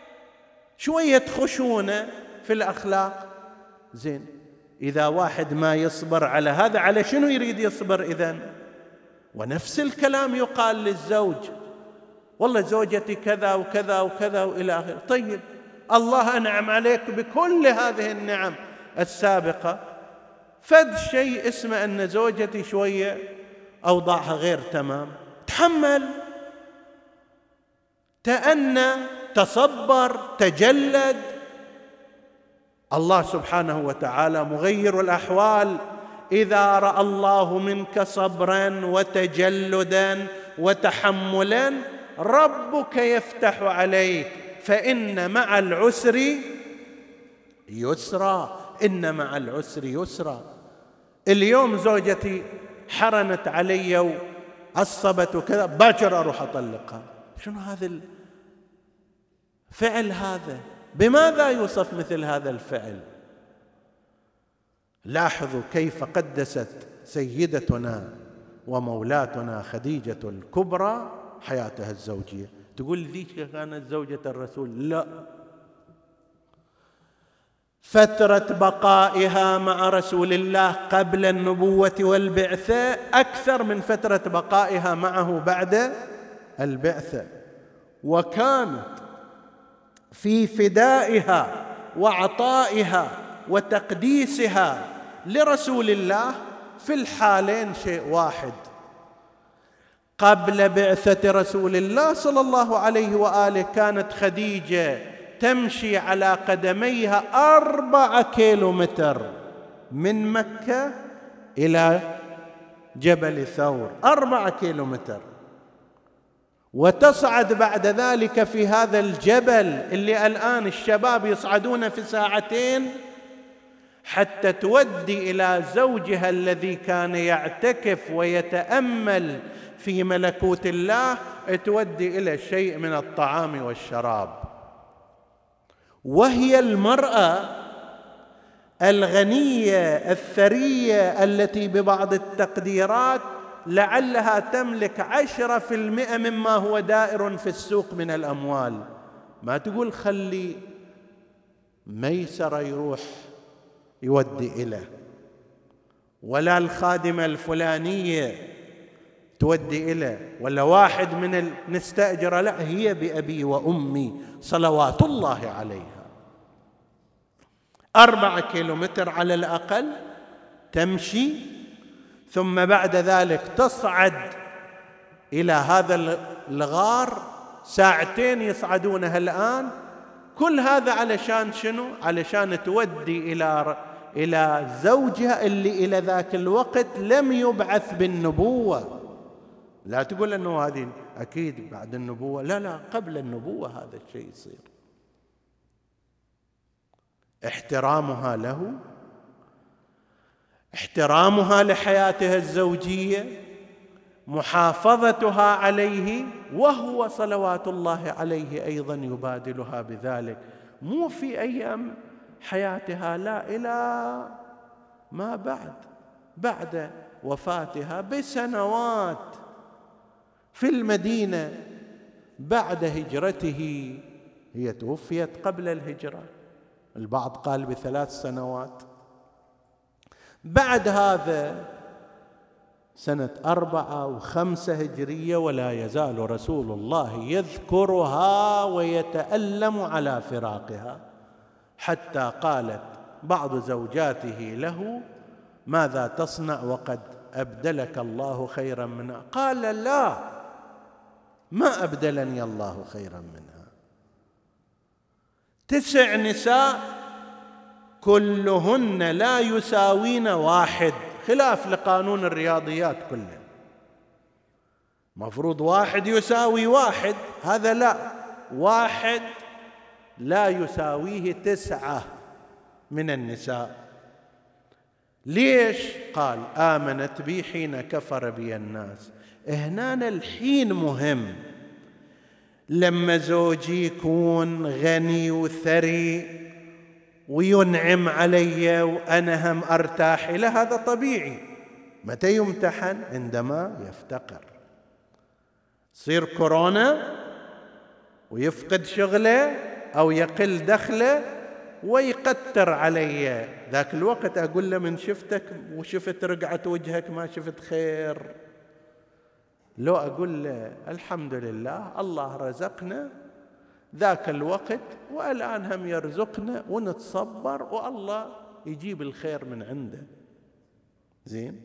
شوية خشونة في الأخلاق. زين إذا واحد ما يصبر على هذا، على شنو يريد يصبر إذن؟ ونفس الكلام يقال للزوج، والله زوجتي كذا وكذا وكذا وإلى آخره. طيب الله أنعم عليك بكل هذه النعم السابقة، فد شيء اسمه أن زوجتي شوية أوضاعها غير تمام، تحمل، تأنى، تصبر، تجلد. الله سبحانه وتعالى مغير الأحوال. إذا رأى الله منك صبرا وتجلدا وتحملا ربك يفتح عليك، فإن مع العسر يسرا، إن مع العسر يسرا. اليوم زوجتي حرنت علي وعصبت وكذا، باكر أروح أطلقها. شنو هذا الفعل هذا؟ بماذا يوصف مثل هذا الفعل؟ لاحظوا كيف قدست سيدتنا ومولاتنا خديجة الكبرى حياتها الزوجية. تقول ذيك كانت زوجة الرسول؟ لا، فترة بقائها مع رسول الله قبل النبوة والبعثة أكثر من فترة بقائها معه بعد البعثة، وكانت في فدائها وعطائها وتقديسها لرسول الله في الحالين شيء واحد. قبل بعثة رسول الله صلى الله عليه وآله كانت خديجة تمشي على قدميها أربعة كيلومتر من مكة إلى جبل ثور، أربعة كيلومتر، وتصعد بعد ذلك في هذا الجبل اللي الآن الشباب يصعدون في ساعتين حتى تودي إلى زوجها الذي كان يعتكف ويتأمل في ملكوت الله، تودي إلى شيء من الطعام والشراب. وهي المرأة الغنية الثرية التي ببعض التقديرات لعلها تملك عشرة في المئة مما هو دائر في السوق من الأموال. ما تقول خلي ميسر يروح يودي إليه، ولا الخادمة الفلانية تودي إليه، ولا واحد من نستأجر، لا، هي بأبي وأمي صلوات الله عليها. أربعة كيلومتر على الأقل تمشي، ثم بعد ذلك تصعد إلى هذا الغار، ساعتين يصعدونها الآن. كل هذا علشان شنو؟ علشان تودي إلى إلى زوجها اللي إلى ذاك الوقت لم يبعث بالنبوة. لا تقول أنه هذه أكيد بعد النبوة، لا لا، قبل النبوة هذا الشيء يصير. احترامها له، احترامها لحياتها الزوجية، محافظتها عليه، وهو صلوات الله عليه أيضا يبادلها بذلك، مو في أيام حياتها، لا، إلى ما بعد، بعد وفاتها بسنوات في المدينة بعد هجرته. هي توفيت قبل الهجرة، البعض قال بثلاث سنوات. بعد هذا سنة أربعة وخمسة هجرية، ولا يزال رسول الله يذكرها ويتألم على فراقها، حتى قالت بعض زوجاته له: ماذا تصنع وقد أبدلك الله خيرا منها؟ قال: لا، ما أبدلني الله خيرا منها. تسع نساء كلهن لا يساوين واحد، خلاف لقانون الرياضيات كله، مفروض واحد يساوي واحد، هذا لا، واحد لا يساويه تسعة من النساء. ليش؟ قال: آمنت بي حين كفر بي الناس. هنا الحين مهم. لما زوجي يكون غني وثري وينعم علي وأنا هم أرتاح إلى، هذا طبيعي. متى يمتحن؟ عندما يفتقر، يصير كورونا ويفقد شغله أو يقل دخله ويقتر علي، ذاك الوقت أقول له: من شفتك وشفت رقعة وجهك ما شفت خير. لو أقول له: الحمد لله الله رزقنا ذاك الوقت والآن هم يرزقنا ونتصبر والله يجيب الخير من عنده. زين،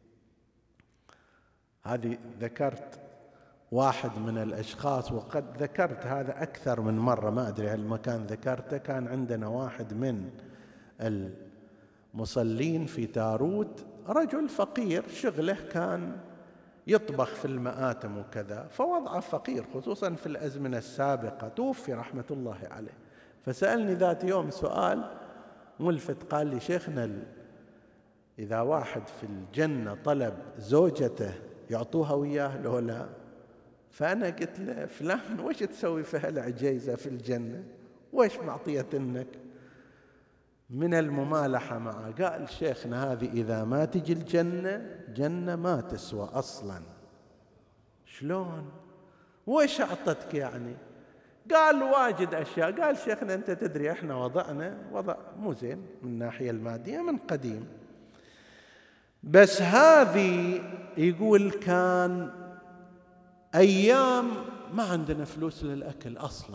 هذه ذكرت واحد من الأشخاص، وقد ذكرت هذا أكثر من مرة، ما أدري هالمكان ذكرته. كان عندنا واحد من المصلين في تاروت، رجل فقير، شغله كان يطبخ في المآتم وكذا، فوضعه فقير خصوصا في الأزمنة السابقة، توفي رحمة الله عليه. فسألني ذات يوم سؤال ملفت، قال لي: شيخنا، إذا واحد في الجنة طلب زوجته يعطوها وياه لو لا؟ فأنا قلت له: فلان وش تسوي في هالعجيزة في الجنة؟ وش معطيتنك؟ من الممالحة معه قال: شيخنا، هذه إذا ما تجي الجنة جنة ما تسوى أصلا. شلون؟ وش أعطتك يعني؟ قال: واجد أشياء. قال: شيخنا، أنت تدري إحنا وضعنا وضع مو زين من الناحية المادية من قديم، بس هذه يقول كان أيام ما عندنا فلوس للأكل أصلا،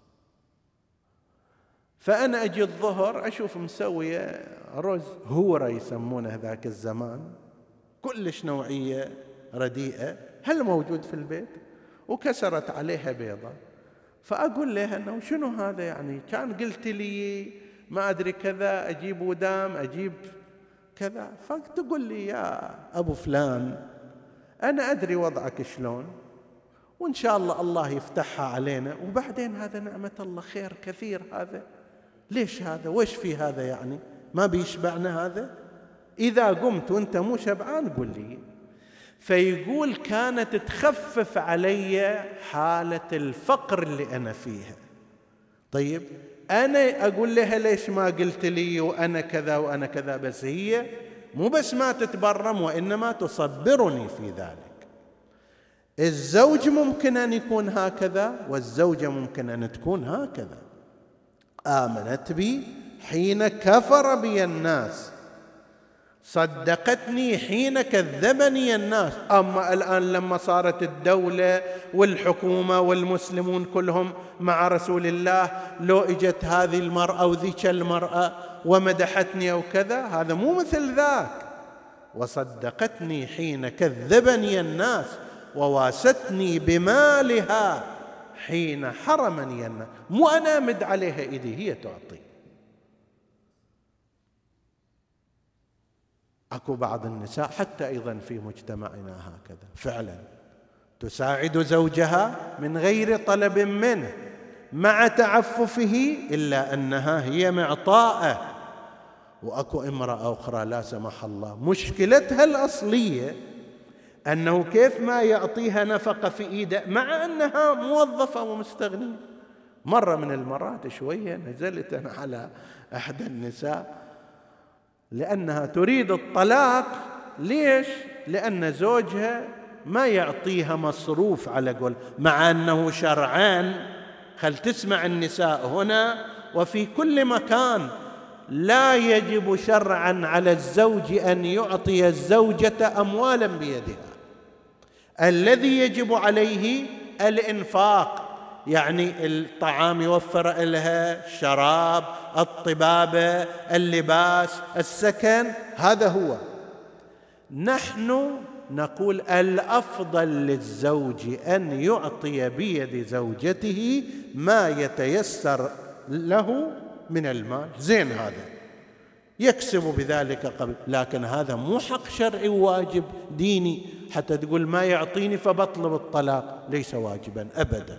فأنا أجي الظهر أشوف مسوية رز هورة يسمونه ذاك الزمان، كلش نوعية رديئة، هل موجود في البيت؟ وكسرت عليها بيضة. فأقول لها أنه شنو هذا يعني؟ كان قلت لي ما أدري كذا، أجيب ودام، أجيب كذا. فتقول لي يا أبو فلان أنا أدري وضعك شلون، وإن شاء الله الله يفتحها علينا، وبعدين هذا نعمة الله خير كثير هذا، ليش هذا؟ وش في هذا يعني؟ ما بيشبعنا هذا؟ إذا قمت وأنت مو شبعان قل لي. فيقول كانت تخفف علي حالة الفقر اللي أنا فيها. طيب أنا أقول لها ليش ما قلت لي وأنا كذا وأنا كذا، بس هي مو بس ما تتبرم وإنما تصبرني في ذلك. الزوج ممكن أن يكون هكذا، والزوجة ممكن أن تكون هكذا. آمنت بي حين كفر بي الناس، صدقتني حين كذبني الناس. أما الآن لما صارت الدولة والحكومة والمسلمون كلهم مع رسول الله، لو إجت هذه المرأة وذيك المرأة ومدحتني أو كذا، هذا مو مثل ذاك. وصدقتني حين كذبني الناس، وواستني بمالها حين حرمني الناس. مو أنا أمد عليها إيدي، هي تعطي. أكو بعض النساء حتى أيضا في مجتمعنا هكذا فعلا تساعد زوجها من غير طلب منه مع تعففه، إلا أنها هي معطاءة. وأكو امرأة أخرى لا سمح الله مشكلتها الأصلية أنه كيف ما يعطيها نفقة في إيده مع أنها موظفة ومستغنية. مرة من المرات شوية نزلت أنا على أحد النساء لأنها تريد الطلاق. ليش؟ لأن زوجها ما يعطيها مصروف على قول، مع أنه شرعان. خل تسمع النساء هنا وفي كل مكان، لا يجب شرعا على الزوج أن يعطي الزوجة أموالا بيدها. الذي يجب عليه الإنفاق، يعني الطعام يوفر لها، الشراب، الطبابة، اللباس، السكن، هذا هو. نحن نقول الأفضل للزوج أن يعطي بيد زوجته ما يتيسر له من المال، زين هذا يكسب بذلك قبل، لكن هذا مو حق شرعي وواجب ديني حتى تقول ما يعطيني فبطلب الطلاق، ليس واجبا أبدا.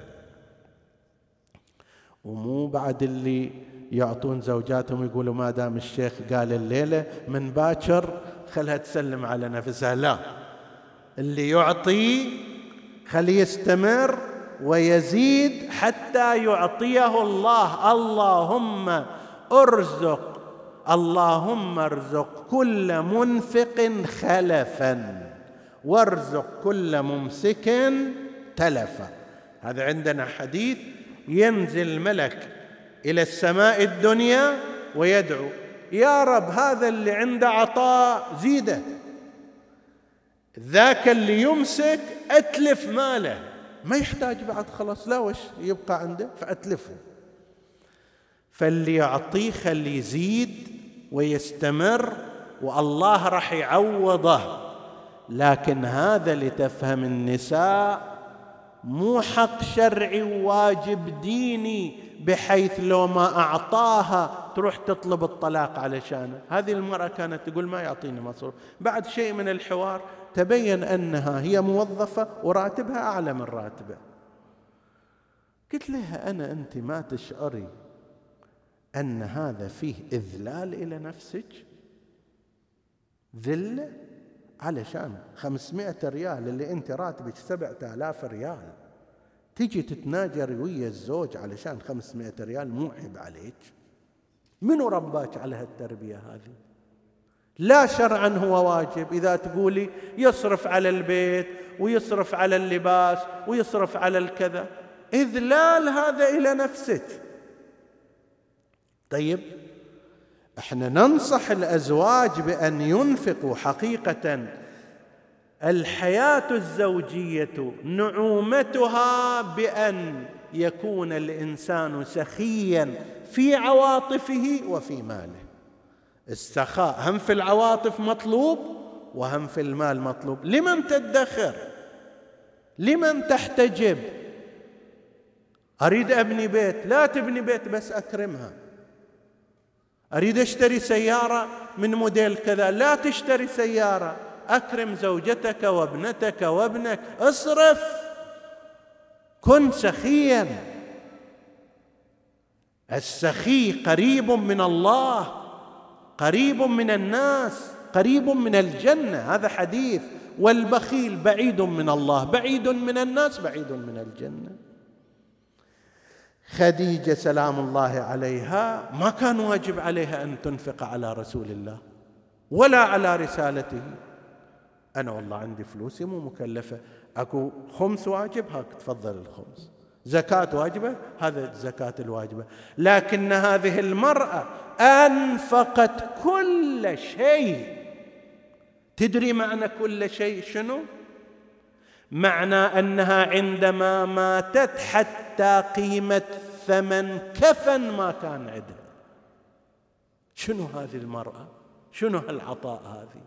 ومو بعد اللي يعطون زوجاتهم يقولوا ما دام الشيخ قال الليلة من باكر خلها تسلم على نفسها، لا، اللي يعطي خليه يستمر ويزيد حتى يعطيه الله. اللهم ارزق اللهم ارزق كل منفق خلفا وارزق كل ممسك تلفا. هذا عندنا حديث، ينزل ملك إلى السماء الدنيا ويدعو يا رب هذا اللي عنده عطاء زيده، ذاك اللي يمسك أتلف ماله، ما يحتاج بعد خلاص لا وش يبقى عنده فأتلفه. فاللي يعطيه خلي يزيد ويستمر والله راح يعوضه. لكن هذا لتفهم النساء مو حق شرعي وواجب ديني بحيث لو ما أعطاها تروح تطلب الطلاق علشانه. هذه المرأة كانت تقول ما يعطيني مصروف. بعد شيء من الحوار تبين أنها هي موظفة وراتبها أعلى من راتبه. قلت لها أنا أنت ما تشعري أن هذا فيه إذلال إلى نفسك؟ ذلة علشان خمسمائة ريال اللي أنت راتبك سبعة آلاف ريال تيجي تتناجر ويا الزوج علشان خمسمائة ريال؟ مو عيب عليك؟ منو رباك على هالتربية هذه؟ لا شرعا هو واجب. إذا تقولي يصرف على البيت ويصرف على اللباس ويصرف على الكذا، إذلال هذا إلى نفسك. طيب احنا ننصح الأزواج بأن ينفقوا. حقيقة الحياة الزوجية نعومتها بأن يكون الإنسان سخيا في عواطفه وفي ماله. السخاء هم في العواطف مطلوب وهم في المال مطلوب. لمن تدخر؟ لمن تحتجب؟ أريد أبني بيت، لا تبني بيت بس أكرمها. أريد أشتري سيارة من موديل كذا، لا تشتري سيارة، أكرم زوجتك وابنتك وابنك، اصرف، كن سخيا. السخي قريب من الله، قريب من الناس، قريب من الجنة، هذا حديث. والبخيل بعيد من الله، بعيد من الناس، بعيد من الجنة. خديجة سلام الله عليها ما كان واجب عليها أن تنفق على رسول الله ولا على رسالته. أنا والله عندي فلوسي مو مكلفة، أكو خمس واجب، هاك تفضل الخمس. زكاة واجبة، هذا الزكاة الواجبة. لكن هذه المرأة أنفقت كل شيء. تدري معنى كل شيء شنو؟ معنى أنها عندما ماتت حتى قيمة ثمن كفن ما كان عندها. شنو هذه المرأة؟ شنو هالعطاء هذه؟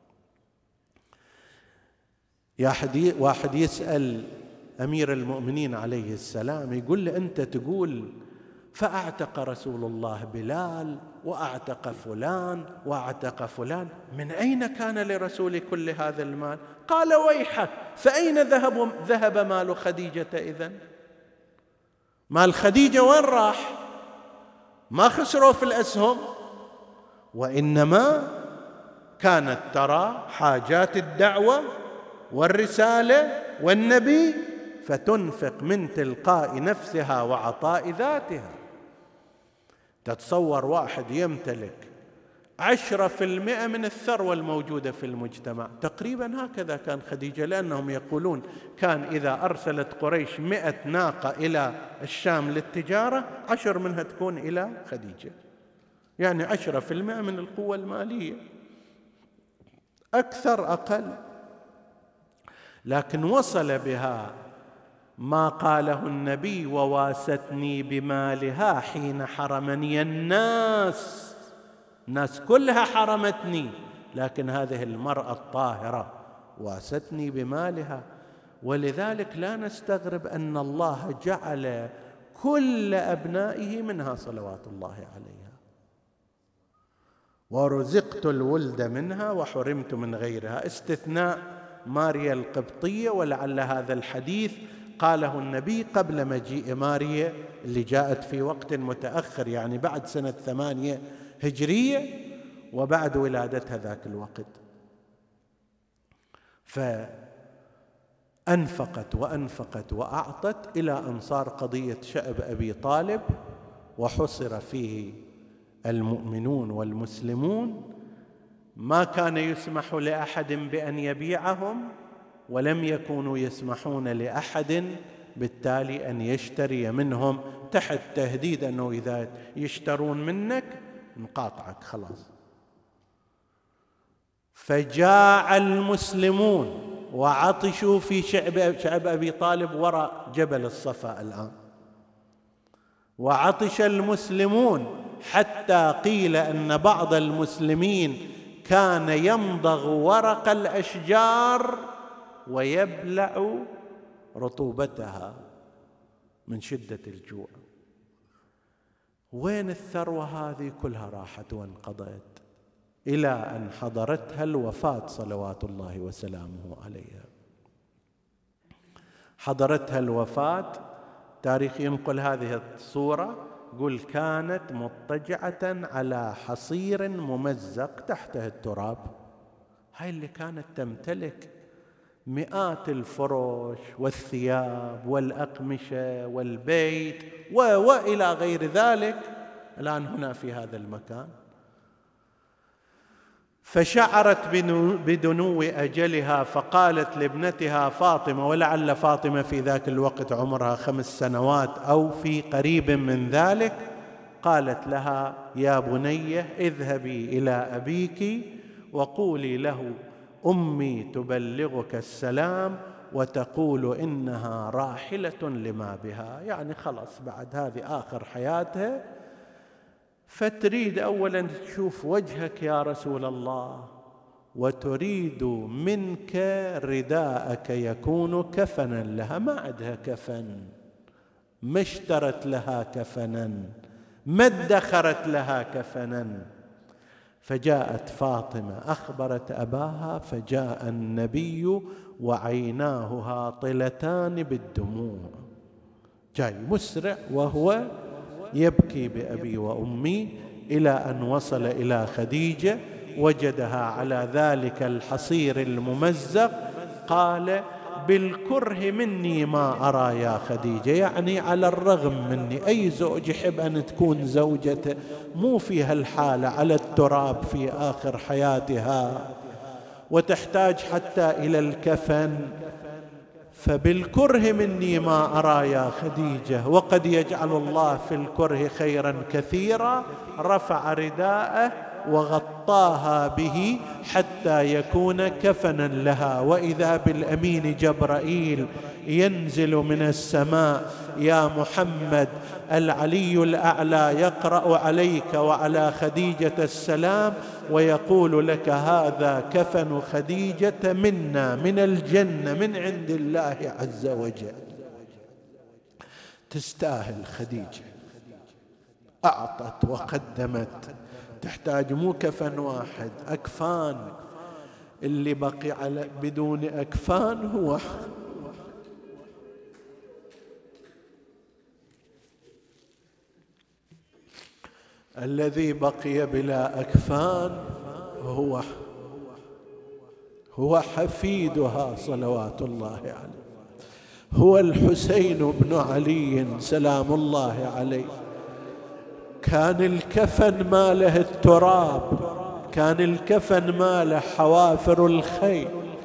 يا حدي واحد يسأل أمير المؤمنين عليه السلام، يقول له أنت تقول فأعتق رسول الله بلال وأعتق فلان وأعتق فلان، من أين كان لرسول كل هذا المال؟ قال ويحك، فأين ذهب ذهب مال خديجة إذن؟ مال خديجة وين راح؟ ما خسروا في الأسهم، وإنما كانت ترى حاجات الدعوة والرسالة والنبي فتنفق من تلقاء نفسها وعطاء ذاتها. تتصور واحد يمتلك عشرة في المئة من الثروة الموجودة في المجتمع، تقريبا هكذا كان خديجة، لأنهم يقولون كان إذا أرسلت قريش مئة ناقة إلى الشام للتجارة، عشر منها تكون إلى خديجة، يعني عشرة في المئة من القوة المالية، أكثر أقل. لكن وصل بها ما قاله النبي وواستني بمالها حين حرمني الناس، الناس كلها حرمتني، لكن هذه المرأة الطاهرة واستني بمالها. ولذلك لا نستغرب أن الله جعل كل أبنائه منها صلوات الله عليها. ورزقت الولد منها وحرمت من غيرها، استثناء ماريا القبطية، ولعل هذا الحديث قاله النبي قبل مجيء ماريا اللي جاءت في وقت متأخر، يعني بعد سنة ثمانية هجرية وبعد ولادتها ذاك الوقت. فأنفقت وأنفقت وأعطت إلى أن صار قضية شأب أبي طالب وحصر فيه المؤمنون والمسلمون. ما كان يسمح لأحد بأن يبيعهم، ولم يكونوا يسمحون لأحد بالتالي أن يشتري منهم، تحت تهديد أنه إذا يشترون منك نقاطعك خلاص. فجاء المسلمون وعطشوا في شعب, شعب أبي طالب وراء جبل الصفا الآن، وعطش المسلمون حتى قيل أن بعض المسلمين كان يمضغ ورق الأشجار ويبلع رطوبتها من شدة الجوع. وين الثروة هذه؟ كلها راحت وانقضت إلى أن حضرتها الوفاة صلوات الله وسلامه عليها. حضرتها الوفاة، تاريخ ينقل هذه الصورة، يقول كانت مضطجعة على حصير ممزق تحته التراب. هاي اللي كانت تمتلك مئات الفرش والثياب والأقمشة والبيت وإلى غير ذلك، الآن هنا في هذا المكان. فشعرت بدنو أجلها فقالت لابنتها فاطمة، ولعل فاطمة في ذاك الوقت عمرها خمس سنوات أو في قريب من ذلك، قالت لها يا بنية اذهبي إلى أبيك وقولي له أمي تبلغك السلام وتقول إنها راحلة لما بها، يعني خلاص بعد هذه آخر حياتها، فتريد أولا تشوف وجهك يا رسول الله وتريد منك رداءك يكون كفنا لها. ما عندها كفن، ما اشترت لها كفنا، ما ادخرت لها كفنا. فجاءت فاطمة أخبرت أباها، فجاء النبي وعيناه هاطلتان بالدموع، جاي مسرع وهو يبكي بأبي وأمي، إلى أن وصل إلى خديجة وجدها على ذلك الحصير الممزق. قال: بالكره مني ما أرى يا خديجة، يعني على الرغم مني. أي زوج يحب أن تكون زوجته مو في هالحالة على التراب في آخر حياتها وتحتاج حتى إلى الكفن؟ فبالكره مني ما أرى يا خديجة، وقد يجعل الله في الكره خيرا كثيرا. رفع رداءه وغطاها به حتى يكون كفنا لها. وإذا بالأمين جبرائيل ينزل من السماء: يا محمد، العلي الأعلى يقرأ عليك وعلى خديجة السلام ويقول لك: هذا كفن خديجة منا من الجنة من عند الله عز وجل. تستاهل خديجة، أعطت وقدمت. تحتاج مو كفن واحد، أكفان. اللي بقي على بدون أكفان هو الذي بقي بلا أكفان هو هو حفيدها صلوات الله عليه، هو الحسين بن علي سلام الله عليه. كان الكفن ماله التراب، كان الكفن ماله حوافر الخيل.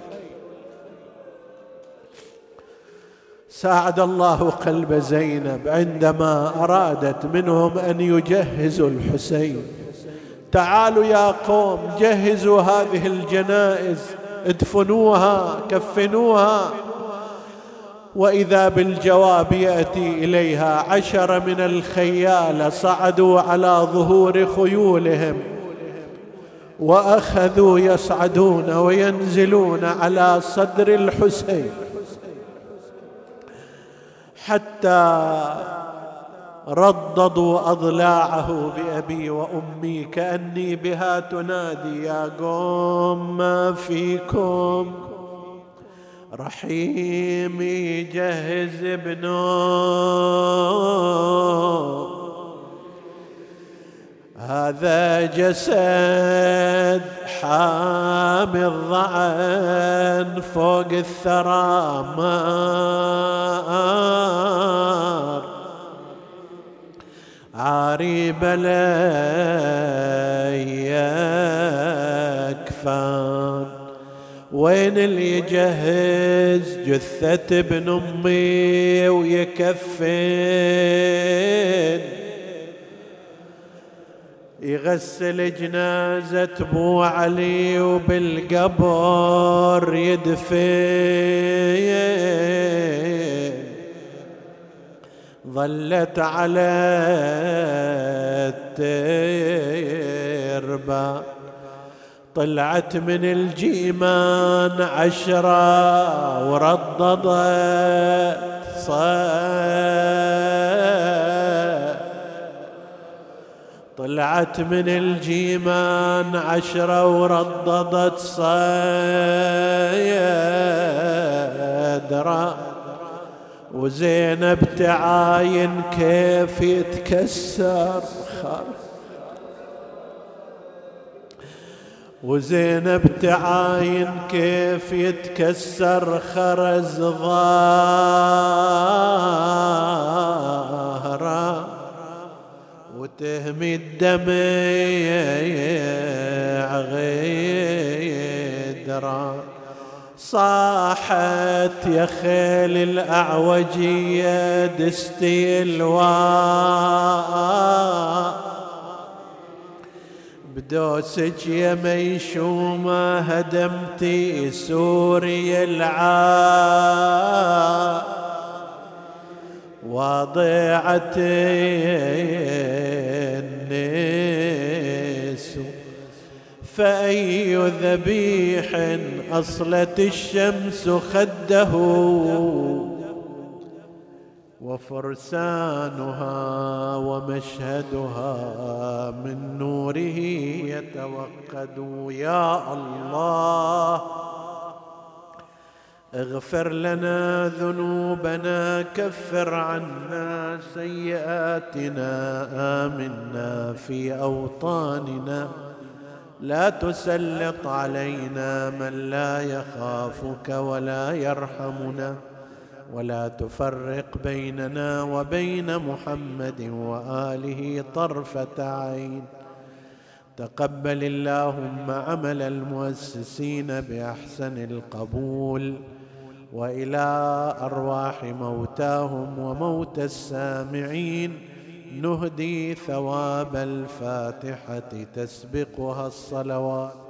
ساعد الله قلب زينب عندما أرادت منهم أن يجهزوا الحسين. تعالوا يا قوم، جهزوا هذه الجنائز، ادفنوها، كفنوها. وإذا بالجواب يأتي إليها: عشرة من الخيال صعدوا على ظهور خيولهم وأخذوا يصعدون وينزلون على صدر الحسين حتى رددوا أضلاعه بأبي وأمي، كأني بها تنادي: يا قوم ما فيكم رحيم يجهز ابنه، هذا جسد حامي الضعن فوق الثرى مار، عاري بلا يكفان. وين اللي يجهز جثة ابن أمي ويكفن، يغسل جنازة أبو علي وبالقبر يدفن؟ ظلت على التربة، طلعت من الجيمان عشرة ورددت صيد، طلعت من الجيمان عشرة ورددت صيد. وزينب تعاين كيف يتكسر خالص، وزينب تعاين كيف يتكسر خرز ظهره، وتهمي الدمع غيدرا. صاحت يا خيل الأعوجية دستي الواء، بدوسك يا ميشومة هدمتي سوريا العاء، وضيعت الناس فأي ذبيح أصلت الشمس خده وفرسانها ومشهدها من نوره يتوقد. يا الله اغفر لنا ذنوبنا، كفر عنا سيئاتنا، آمنا في أوطاننا، لا تسلط علينا من لا يخافك ولا يرحمنا، ولا تفرق بيننا وبين محمد وآله طرفة عين. تقبل اللهم عمل المؤسسين بأحسن القبول، وإلى أرواح موتاهم وموتى السامعين نهدي ثواب الفاتحة تسبقها الصلوات.